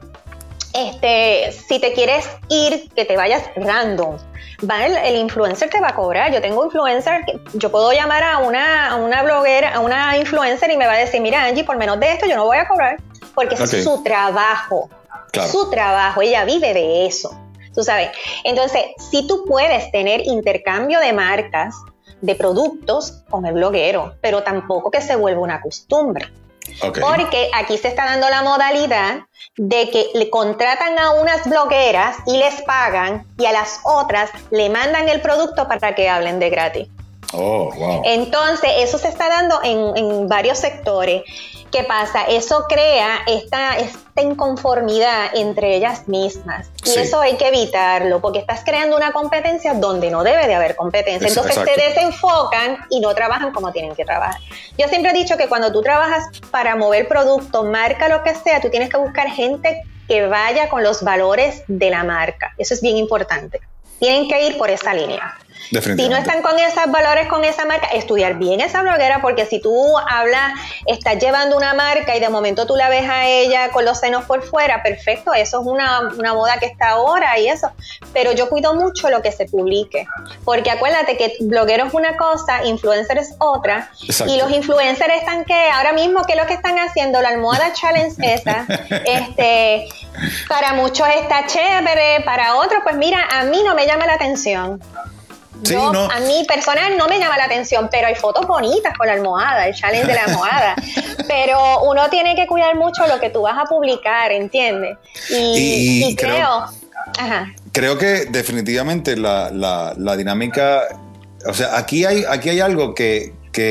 si te quieres ir, que te vayas random, el influencer te va a cobrar. Yo tengo influencer, yo puedo llamar a una bloguera, a una influencer y me va a decir, mira Angie, por menos de esto yo no voy a cobrar. Porque es su trabajo, su trabajo, ella vive de eso, tú sabes. Entonces, si tú puedes tener intercambio de marcas, de productos con el bloguero, pero tampoco que se vuelva una costumbre. Porque aquí se está dando la modalidad de que le contratan a unas blogueras y les pagan y a las otras le mandan el producto para que hablen de gratis. Oh, wow. Entonces, eso se está dando en varios sectores. ¿Qué pasa? Eso crea esta inconformidad entre ellas mismas. Y eso hay que evitarlo, porque estás creando una competencia donde no debe de haber competencia. Entonces se desenfocan y no trabajan como tienen que trabajar. Yo siempre he dicho que cuando tú trabajas para mover producto, marca lo que sea, tú tienes que buscar gente que vaya con los valores de la marca. Eso es bien importante. Tienen que ir por esa línea. Si no están con esos valores, con esa marca, estudiar bien esa bloguera, porque si tú estás llevando una marca y de momento tú la ves a ella con los senos por fuera, perfecto, eso es una moda que está ahora y eso, pero yo cuido mucho lo que se publique, porque acuérdate que bloguero es una cosa, influencer es otra. Exacto. Y los influencers están ahora mismo, ¿qué es lo que están haciendo? La almohada challenge esa, para muchos está chévere, para otros, pues mira, a mí no me llama la atención. A mí personal no me llama la atención, pero hay fotos bonitas con la almohada, el challenge de la almohada. Pero uno tiene que cuidar mucho lo que tú vas a publicar, ¿entiendes? Y creo que definitivamente la dinámica, o sea, aquí hay algo que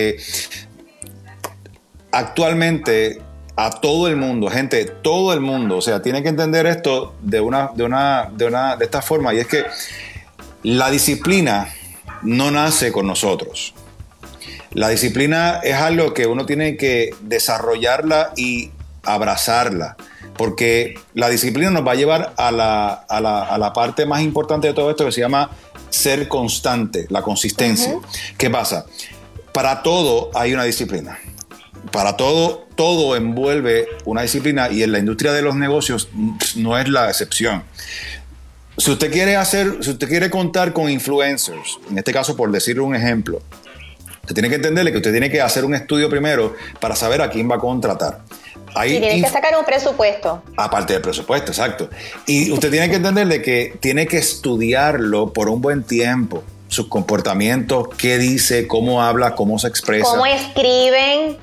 actualmente a todo el mundo, gente, todo el mundo, o sea, tiene que entender esto de esta forma, y es que la disciplina no nace con nosotros. La disciplina es algo que uno tiene que desarrollarla y abrazarla, porque la disciplina nos va a llevar a la parte más importante de todo esto, que se llama ser constante, la consistencia. ¿Qué pasa? Para todo hay una disciplina. Para todo envuelve una disciplina, y en la industria de los negocios no es la excepción. Si usted quiere contar con influencers, en este caso por decirle un ejemplo, usted tiene que entenderle que usted tiene que hacer un estudio primero para saber a quién va a contratar. Y tiene que sacar un presupuesto. Aparte del presupuesto, exacto. Y usted tiene que entenderle que tiene que estudiarlo por un buen tiempo. O sus comportamientos, qué dice, cómo habla, cómo se expresa. Cómo escriben.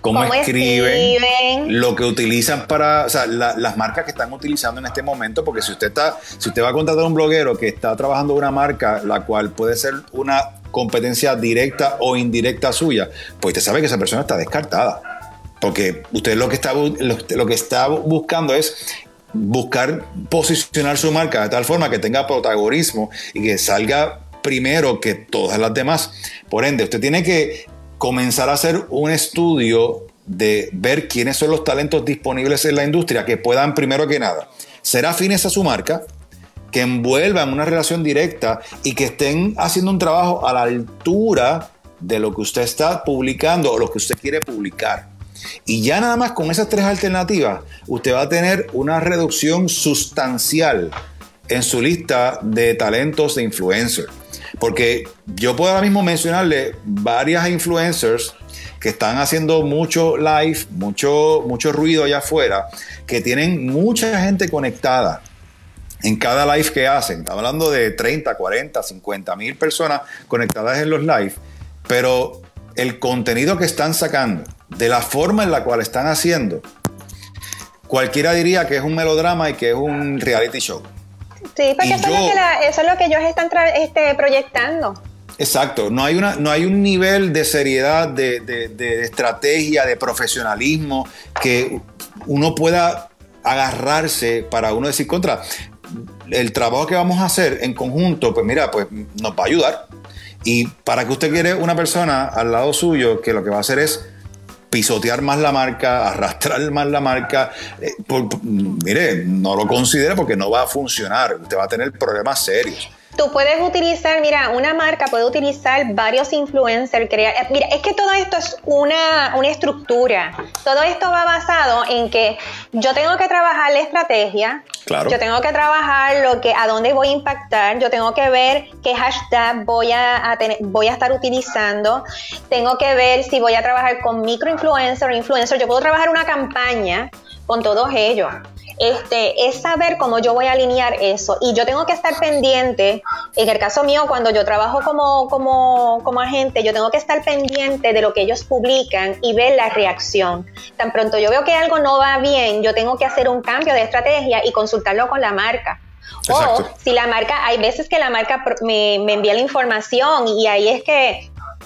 Lo que utilizan para, o sea, las marcas que están utilizando en este momento, porque si usted va a contratar a un bloguero que está trabajando una marca, la cual puede ser una competencia directa o indirecta suya, pues usted sabe que esa persona está descartada. Porque usted lo que está buscando es buscar posicionar su marca de tal forma que tenga protagonismo y que salga primero que todas las demás. Por ende, usted tiene que comenzar a hacer un estudio de ver quiénes son los talentos disponibles en la industria que puedan, primero que nada, ser afines a su marca, que envuelvan una relación directa y que estén haciendo un trabajo a la altura de lo que usted está publicando o lo que usted quiere publicar. Y ya nada más con esas 3 alternativas, usted va a tener una reducción sustancial en su lista de talentos de influencers. Porque yo puedo ahora mismo mencionarle varias influencers que están haciendo mucho live, mucho ruido allá afuera, que tienen mucha gente conectada en cada live que hacen. Estamos hablando de 30, 40, 50 mil personas conectadas en los live, pero el contenido que están sacando, de la forma en la cual están haciendo, cualquiera diría que es un melodrama y que es un reality show. Sí, porque eso es lo que ellos están proyectando. Exacto, no hay un nivel de seriedad, de estrategia, de profesionalismo que uno pueda agarrarse para uno decir contra. El trabajo que vamos a hacer en conjunto, pues mira, pues nos va a ayudar. Y para que usted quiere una persona al lado suyo que lo que va a hacer es pisotear más la marca, arrastrar más la marca, mire, no lo considere porque no va a funcionar. Usted va a tener problemas serios. Tú puedes utilizar, mira, una marca puede utilizar varios influencers. Mira, es que todo esto es una estructura. Todo esto va basado en que yo tengo que trabajar la estrategia. Claro. Yo tengo que trabajar a dónde voy a impactar. Yo tengo que ver qué hashtag voy a estar utilizando. Tengo que ver si voy a trabajar con microinfluencer o influencer. Yo puedo trabajar una campaña con todos ellos. Es saber cómo yo voy a alinear eso, y yo tengo que estar pendiente. En el caso mío, cuando yo trabajo como agente, yo tengo que estar pendiente de lo que ellos publican y ver la reacción. Tan pronto yo veo que algo no va bien, yo tengo que hacer un cambio de estrategia y consultarlo con la marca. Exacto. O si la marca, hay veces que la marca me envía la información, y ahí es que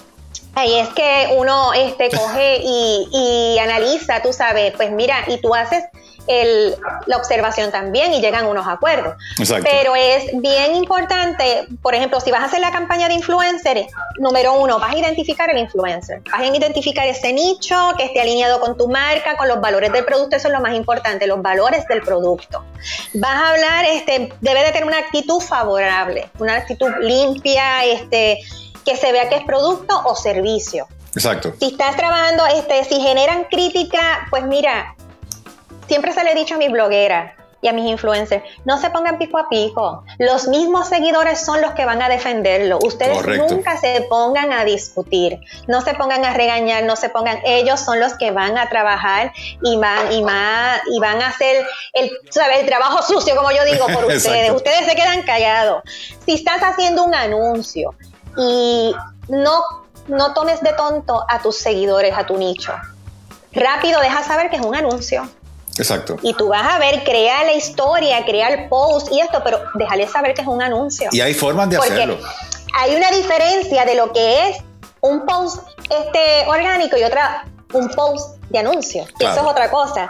uno coge y analiza, tú sabes, pues mira, y tú haces la observación también y llegan unos acuerdos. Exacto. Pero es bien importante, por ejemplo, si vas a hacer la campaña de influencer, número 1, vas a identificar el influencer, vas a identificar ese nicho que esté alineado con tu marca, con los valores del producto. Eso es lo más importante, los valores del producto. Vas a hablar, debe de tener una actitud favorable, una actitud limpia, que se vea que es producto o servicio. Exacto. Si estás trabajando, si generan crítica, pues mira, siempre se le he dicho a mis blogueras y a mis influencers, no se pongan pico a pico. Los mismos seguidores son los que van a defenderlo. Ustedes Correcto. Nunca se pongan a discutir, no se pongan a regañar, ellos son los que van a trabajar y van a hacer el trabajo sucio, como yo digo, por ustedes. Exacto. Ustedes se quedan callados. Si estás haciendo un anuncio y no tomes de tonto a tus seguidores, a tu nicho, rápido deja saber que es un anuncio. Exacto. Y tú vas a ver, crear la historia, crear post y esto, pero déjale saber que es un anuncio. Y hay formas de hacerlo. Hay una diferencia de lo que es un post orgánico y un post de anuncio. Claro. Y eso es otra cosa.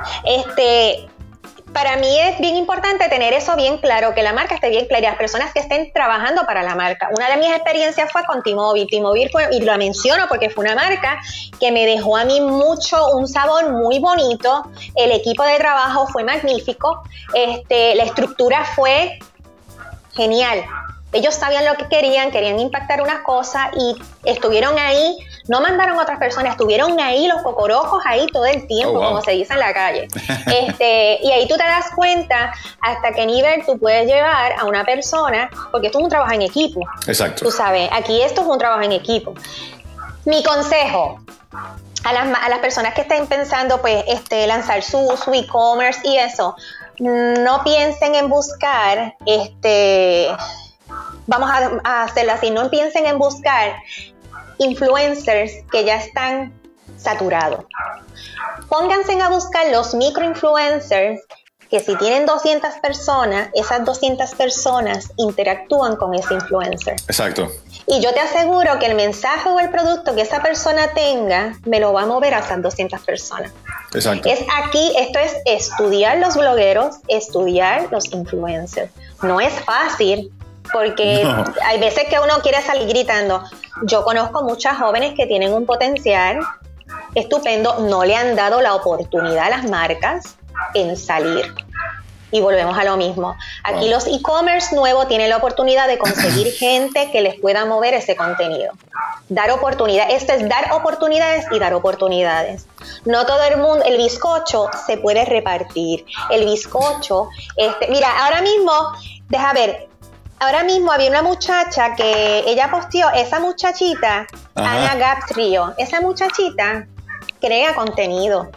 Para mí es bien importante tener eso bien claro, que la marca esté bien clara y las personas que estén trabajando para la marca. Una de mis experiencias fue con T-Mobile. T-Mobile fue, y lo menciono porque fue una marca que me dejó a mí un sabor muy bonito. El equipo de trabajo fue magnífico. La estructura fue genial. Ellos sabían lo que querían impactar unas cosas y estuvieron ahí, no mandaron a otras personas, estuvieron ahí los cocorojos ahí todo el tiempo, como se dice en la calle. Y ahí tú te das cuenta hasta qué nivel tú puedes llevar a una persona, porque esto es un trabajo en equipo. Exacto. Tú sabes, aquí esto es un trabajo en equipo. Mi consejo a las personas que estén pensando pues lanzar su e-commerce y eso, no piensen en buscar vamos a hacerlo así, no piensen en buscar influencers que ya están saturados. Pónganse a buscar los microinfluencers que si tienen 200 personas, esas 200 personas interactúan con ese influencer. Exacto. Y yo te aseguro que el mensaje o el producto que esa persona tenga me lo va a mover a esas 200 personas. Exacto. Esto es estudiar los blogueros, estudiar los influencers. No es fácil, porque hay veces que uno quiere salir gritando. Yo conozco muchas jóvenes que tienen un potencial estupendo, no le han dado la oportunidad a las marcas en salir. Y volvemos a lo mismo. Aquí los e-commerce nuevos tienen la oportunidad de conseguir gente que les pueda mover ese contenido. Dar oportunidad. Esto es dar oportunidades y dar oportunidades. No todo el mundo, el bizcocho se puede repartir. El bizcocho, mira, ahora mismo, deja ver, ahora mismo había una muchacha que ella posteó, esa muchachita, Ana Gaptrio, esa muchachita crea contenido.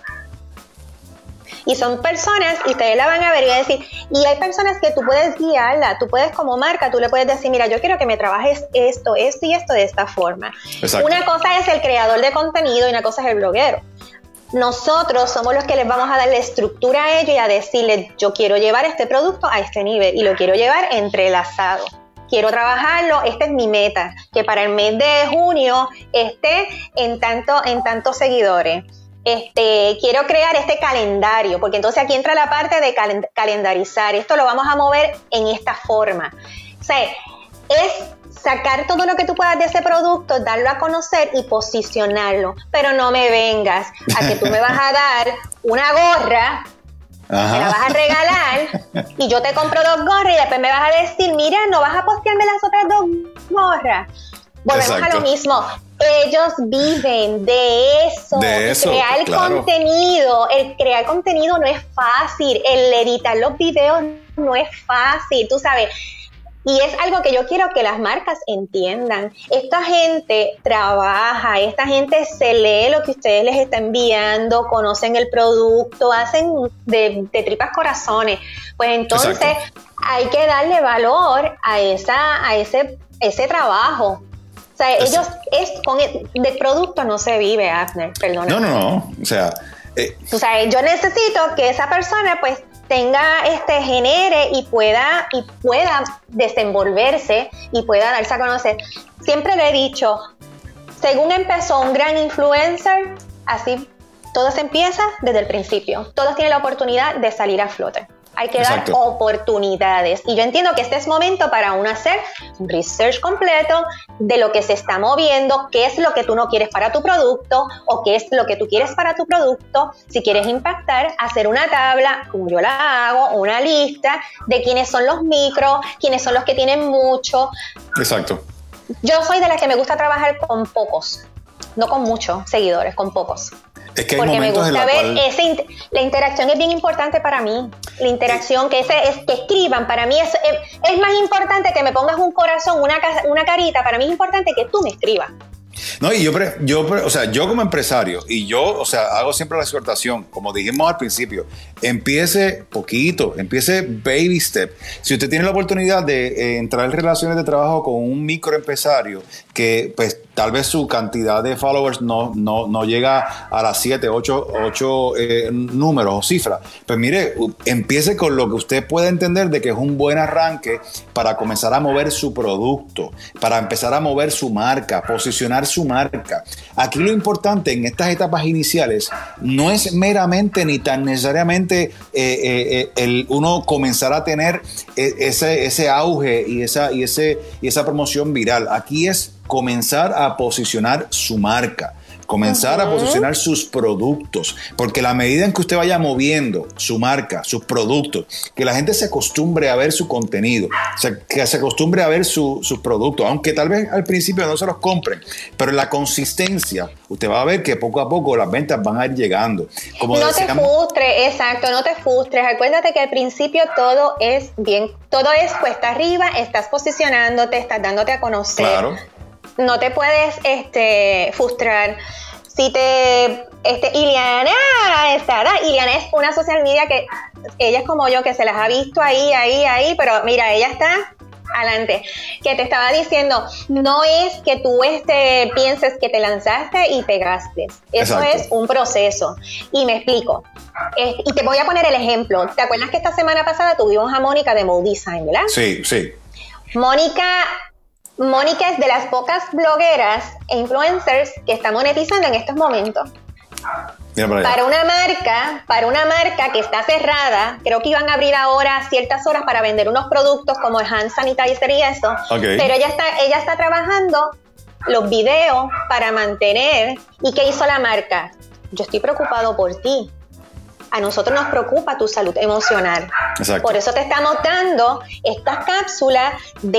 Y son personas, y ustedes la van a ver y van a decir, y hay personas que tú puedes guiarla, tú puedes como marca, tú le puedes decir, mira, yo quiero que me trabajes esto y esto de esta forma. Exacto. Una cosa es el creador de contenido y una cosa es el bloguero. Nosotros somos los que les vamos a dar la estructura a ellos y a decirles, yo quiero llevar este producto a este nivel y lo quiero llevar entrelazado. Quiero trabajarlo, esta es mi meta, que para el mes de junio esté en tantos seguidores. Quiero crear este calendario, porque entonces aquí entra la parte de calendarizar. Esto lo vamos a mover en esta forma. O sea, es sacar todo lo que tú puedas de ese producto, darlo a conocer y posicionarlo. Pero no me vengas a que tú me vas a dar una gorra, me la vas a regalar y yo te compro 2 gorras y después me vas a decir, mira, no vas a postearme las otras 2 gorras. Volvemos a lo mismo. Ellos viven de eso. Crear contenido. El crear contenido no es fácil. El editar los videos no es fácil. Tú sabes. Y es algo que yo quiero que las marcas entiendan. Esta gente trabaja, esta gente se lee lo que ustedes les están enviando, conocen el producto, hacen de tripas corazones. Pues entonces hay que darle valor a ese trabajo. O sea, de producto no se vive, Abner, perdona. No. O sea, yo necesito que esa persona pues genere y pueda desenvolverse y pueda darse a conocer. Siempre le he dicho, según empezó un gran influencer, así todo se empieza desde el principio. Todos tienen la oportunidad de salir a flote. Hay que dar oportunidades. Y yo entiendo que este es momento para uno hacer un research completo de lo que se está moviendo, qué es lo que tú no quieres para tu producto o qué es lo que tú quieres para tu producto. Si quieres impactar, hacer una tabla, como yo la hago, una lista de quiénes son los micros, quiénes son los que tienen mucho. Exacto. Yo soy de las que me gusta trabajar con pocos, no con muchos seguidores, con pocos. Es que hay porque me gusta ver la interacción es bien importante para mí. La interacción, que escriban, para mí es más importante que me pongas un corazón, una carita. Para mí es importante que tú me escribas. No, y yo como empresario, y yo, hago siempre la exhortación, como dijimos al principio, empiece poquito, empiece baby step. Si usted tiene la oportunidad de entrar en relaciones de trabajo con un microempresario que, pues, tal vez su cantidad de followers no llega a las 7, 8 números o cifras, pues mire, empiece con lo que usted pueda entender de que es un buen arranque para comenzar a mover su producto, para empezar a mover su marca, posicionar su marca. Aquí lo importante en estas etapas iniciales no es meramente ni tan necesariamente el uno comenzar a tener ese auge y esa promoción viral. Aquí es comenzar a posicionar su marca, comenzar a posicionar sus productos, porque la medida en que usted vaya moviendo su marca, sus productos, que la gente se acostumbre a ver su contenido, que se acostumbre a ver sus productos, aunque tal vez al principio no se los compren, pero en la consistencia usted va a ver que poco a poco las ventas van a ir llegando. No te frustres, acuérdate que al principio todo es cuesta arriba, estás posicionándote, estás dándote a conocer. Claro. No te puedes frustrar. Si Iliana es una social media que ella es como yo, que se las ha visto ahí, pero mira, ella está adelante, que te estaba diciendo, no es que tú pienses que te lanzaste y pegaste. Eso Exacto. es un proceso. Y me explico. Y te voy a poner el ejemplo. ¿Te acuerdas que esta semana pasada tuvimos a Mónica de Mode Design, verdad? Sí, sí. Mónica es de las pocas blogueras e influencers que está monetizando en estos momentos. Mira para allá. Para una marca que está cerrada, creo que iban a abrir ahora ciertas horas para vender unos productos como el hand sanitizer y eso, pero ella está trabajando los videos para mantener. ¿Y qué hizo la marca? Yo estoy preocupado por ti. A nosotros nos preocupa tu salud emocional. Exacto. Por eso te estamos dando estas cápsulas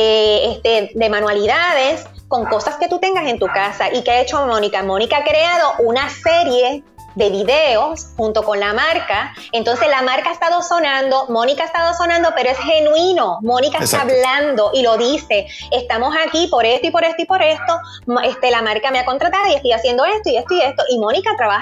de manualidades con cosas que tú tengas en tu casa. ¿Y qué ha hecho Mónica? Mónica ha creado una serie de videos junto con la marca. Entonces la marca ha estado sonando, Mónica ha estado sonando, pero es genuino. Mónica Exacto. está hablando y lo dice. Estamos aquí por esto y por esto y por esto. La marca me ha contratado y estoy haciendo esto y esto y esto. Y Mónica trabaja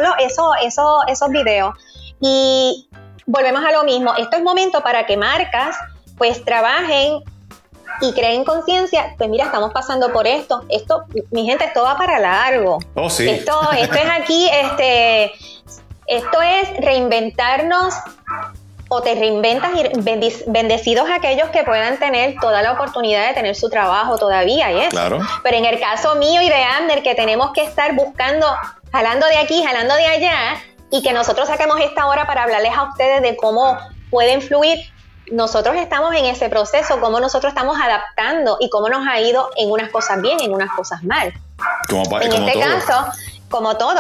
esos videos. Y volvemos a lo mismo. Esto es momento para que marcas pues trabajen y creen conciencia. Pues mira, estamos pasando por esto. Esto, mi gente, esto va para largo. Oh, sí. Esto es aquí, esto es reinventarnos, o te reinventas, y bendecidos aquellos que puedan tener toda la oportunidad de tener su trabajo todavía y eso. Claro. Pero en el caso mío y de Abner, que tenemos que estar buscando, jalando de aquí, jalando de allá, y que nosotros saquemos esta hora para hablarles a ustedes de cómo pueden fluir. Nosotros estamos en ese proceso, cómo nosotros estamos adaptando y cómo nos ha ido en unas cosas bien, en unas cosas mal. En este caso, como todo,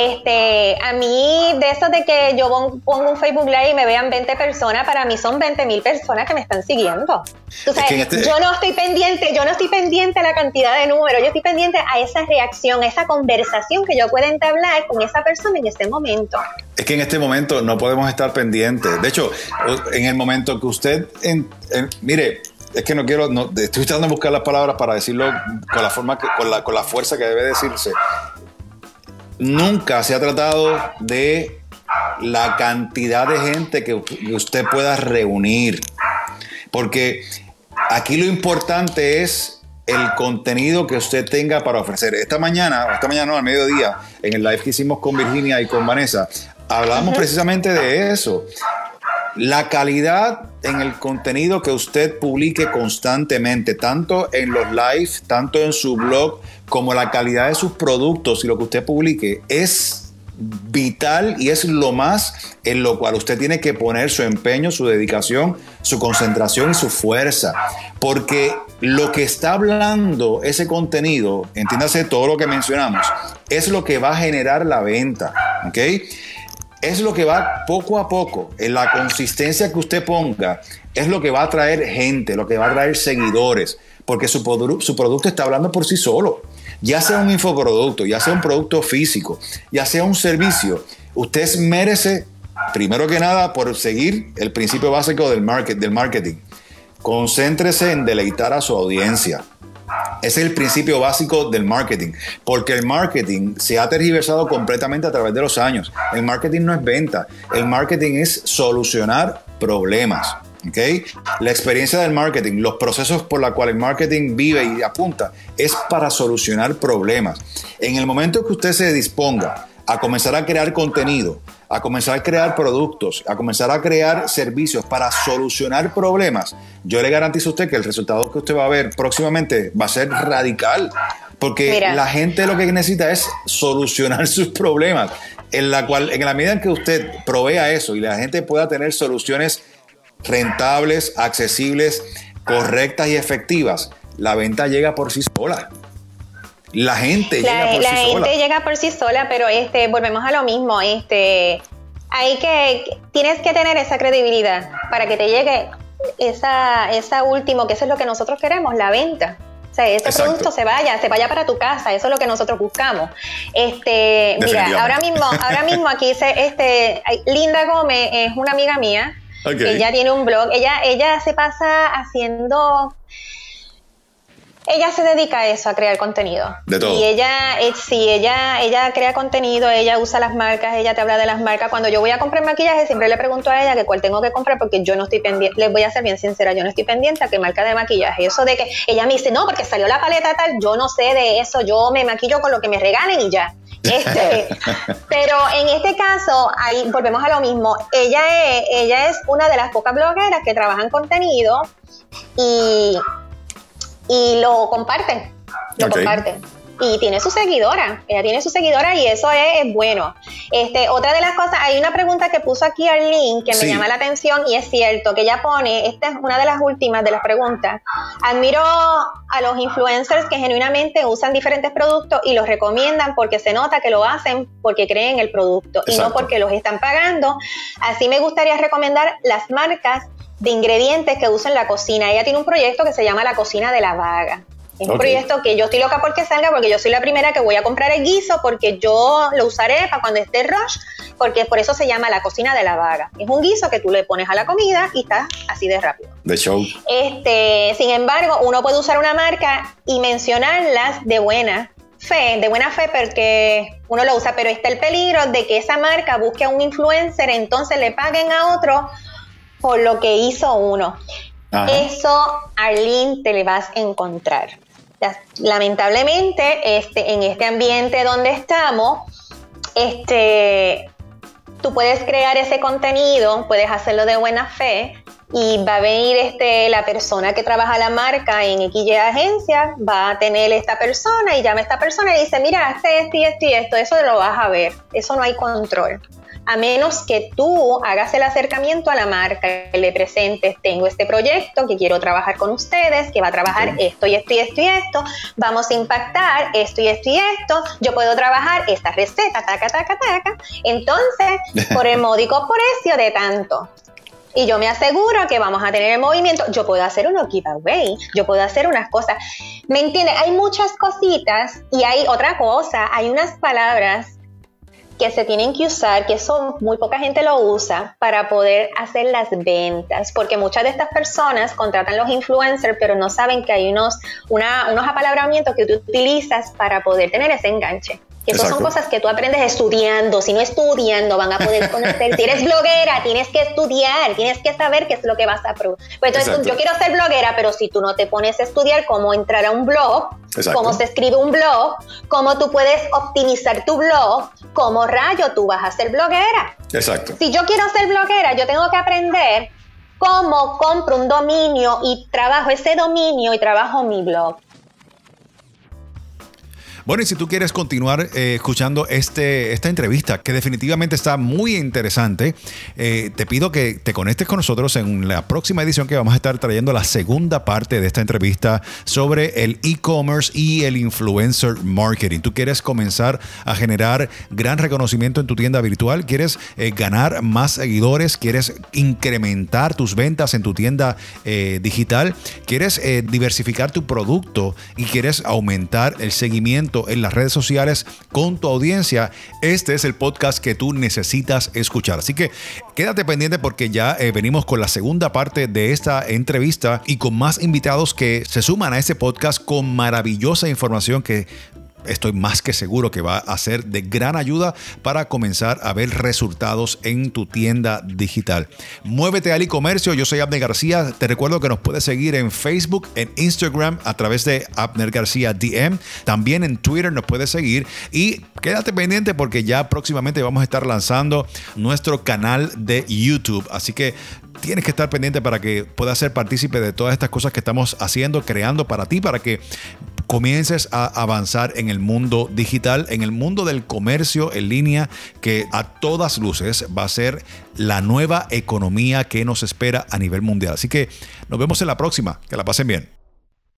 a mí de eso de que yo pongo un Facebook Live y me vean 20 personas, para mí son 20,000 personas que me están siguiendo. Tú sabes, yo no estoy pendiente a la cantidad de números, yo estoy pendiente a esa reacción, a esa conversación que yo pueda entablar con esa persona en ese momento. Es que en este momento no podemos estar pendientes. De hecho, en el momento que usted, mire, es que estoy tratando de buscar las palabras para decirlo con la forma, con la fuerza que debe decirse. Nunca se ha tratado de la cantidad de gente que usted pueda reunir, porque aquí lo importante es el contenido que usted tenga para ofrecer. Esta mañana no, al mediodía, en el live que hicimos con Virginia y con Vanessa, hablamos precisamente de eso. La calidad en el contenido que usted publique constantemente, tanto en los live, tanto en su blog, como la calidad de sus productos y lo que usted publique, es vital y es lo más en lo cual usted tiene que poner su empeño, su dedicación, su concentración y su fuerza. Porque lo que está hablando ese contenido, entiéndase todo lo que mencionamos, es lo que va a generar la venta, ¿ok? Es lo que va poco a poco, en la consistencia que usted ponga, es lo que va a traer gente, lo que va a traer seguidores, porque su producto está hablando por sí solo. Ya sea un infoproducto, ya sea un producto físico, ya sea un servicio, usted merece, primero que nada, por seguir el principio básico del marketing. Concéntrese en deleitar a su audiencia. Ese es el principio básico del marketing, porque el marketing se ha tergiversado completamente a través de los años. El marketing no es venta, el marketing es solucionar problemas. ¿Okay? La experiencia del marketing, los procesos por los cuales el marketing vive y apunta, es para solucionar problemas. En el momento que usted se disponga a comenzar a crear contenido, a comenzar a crear productos, a comenzar a crear servicios para solucionar problemas, yo le garantizo a usted que el resultado que usted va a ver próximamente va a ser radical, porque la gente lo que necesita es solucionar sus problemas, en la medida en que usted provea eso y la gente pueda tener soluciones rentables, accesibles, correctas y efectivas, la venta llega por sí sola. La gente llega por sí sola. La gente llega por sí sola, pero volvemos a lo mismo. Tienes que tener esa credibilidad para que te llegue esa último, que eso es lo que nosotros queremos, la venta. O sea, ese producto se vaya para tu casa, eso es lo que nosotros buscamos. Mira, ahora mismo aquí dice, Linda Gómez es una amiga mía. Okay. Ella tiene un blog, ella se pasa haciendo Ella se dedica a eso, a crear contenido. De todo. Y ella crea contenido, ella usa las marcas, ella te habla de las marcas. Cuando yo voy a comprar maquillaje, siempre le pregunto a ella que cuál tengo que comprar, porque yo no estoy pendiente, les voy a ser bien sincera, yo no estoy pendiente a qué marca de maquillaje. Eso de que ella me dice, no, porque salió la paleta tal, yo no sé de eso, yo me maquillo con lo que me regalen y ya. Pero en este caso, ahí volvemos a lo mismo. Ella es una de las pocas blogueras que trabajan contenido y lo comparten. Y tiene su seguidora, ella tiene su seguidora y eso es bueno. Otra de las cosas, hay una pregunta que puso aquí Arlene que me llama la atención y es cierto que ella pone, esta es una de las últimas de las preguntas: admiro a los influencers que genuinamente usan diferentes productos y los recomiendan porque se nota que lo hacen porque creen en el producto. Exacto. Y no porque los están pagando. Así me gustaría recomendar las marcas de ingredientes que uso en la cocina. Ella tiene un proyecto que se llama La Cocina de la Vaga. Es un proyecto que yo estoy loca porque salga, porque yo soy la primera que voy a comprar el guiso, porque yo lo usaré para cuando esté rush, porque por eso se llama La Cocina de la Vaga. Es un guiso que tú le pones a la comida y está así de rápido. De show. Sin embargo, uno puede usar una marca y mencionarlas de buena fe porque uno lo usa, pero está el peligro de que esa marca busque a un influencer, entonces le paguen a otro por lo que hizo uno. Ajá. Eso, Arlene, te le vas a encontrar. Lamentablemente, en este ambiente donde estamos, tú puedes crear ese contenido, puedes hacerlo de buena fe y va a venir la persona que trabaja la marca en XY agencia, va a tener esta persona y llama a esta persona y dice, mira, esto y esto, eso lo vas a ver, eso no hay control. A menos que tú hagas el acercamiento a la marca y le presentes, tengo este proyecto que quiero trabajar con ustedes, que va a trabajar esto y esto y esto y esto, vamos a impactar esto y esto y esto, yo puedo trabajar esta receta, taca, taca, taca, entonces, por el módico precio de tanto. Y yo me aseguro que vamos a tener el movimiento. Yo puedo hacer unos giveaway, yo puedo hacer unas cosas. ¿Me entiendes? Hay muchas cositas y hay otra cosa, hay unas palabras que se tienen que usar, que eso muy poca gente lo usa para poder hacer las ventas, porque muchas de estas personas contratan los influencers, pero no saben que hay unos apalabramientos que tú utilizas para poder tener ese enganche. Que esas son cosas que tú aprendes estudiando. Si no estudian, no van a poder conocer. Si eres bloguera, tienes que estudiar, tienes que saber qué es lo que vas a probar. Pues entonces, yo quiero ser bloguera, pero si tú no te pones a estudiar cómo entrar a un blog, cómo se escribe un blog, cómo tú puedes optimizar tu blog, cómo rayo tú vas a ser bloguera. Exacto. Si yo quiero ser bloguera, yo tengo que aprender cómo compro un dominio y trabajo ese dominio y trabajo mi blog. Bueno, y si tú quieres continuar escuchando esta entrevista, que definitivamente está muy interesante, te pido que te conectes con nosotros en la próxima edición, que vamos a estar trayendo la segunda parte de esta entrevista sobre el e-commerce y el influencer marketing. Tú quieres comenzar a generar gran reconocimiento en tu tienda virtual, quieres ganar más seguidores, quieres incrementar tus ventas en tu tienda digital, quieres diversificar tu producto y quieres aumentar el seguimiento en las redes sociales con tu audiencia. Este es el podcast que tú necesitas escuchar. Así que quédate pendiente porque ya venimos con la segunda parte de esta entrevista y con más invitados que se suman a este podcast con maravillosa información que estoy más que seguro que va a ser de gran ayuda para comenzar a ver resultados en tu tienda digital. Muévete al e-comercio. Yo soy Abner García. Te recuerdo que nos puedes seguir en Facebook, en Instagram a través de Abner García DM. También en Twitter nos puedes seguir y quédate pendiente porque ya próximamente vamos a estar lanzando nuestro canal de YouTube. Así que tienes que estar pendiente para que puedas ser partícipe de todas estas cosas que estamos haciendo, creando para ti, para que comiences a avanzar en el mundo digital, en el mundo del comercio en línea, que a todas luces va a ser la nueva economía que nos espera a nivel mundial. Así que nos vemos en la próxima. Que la pasen bien.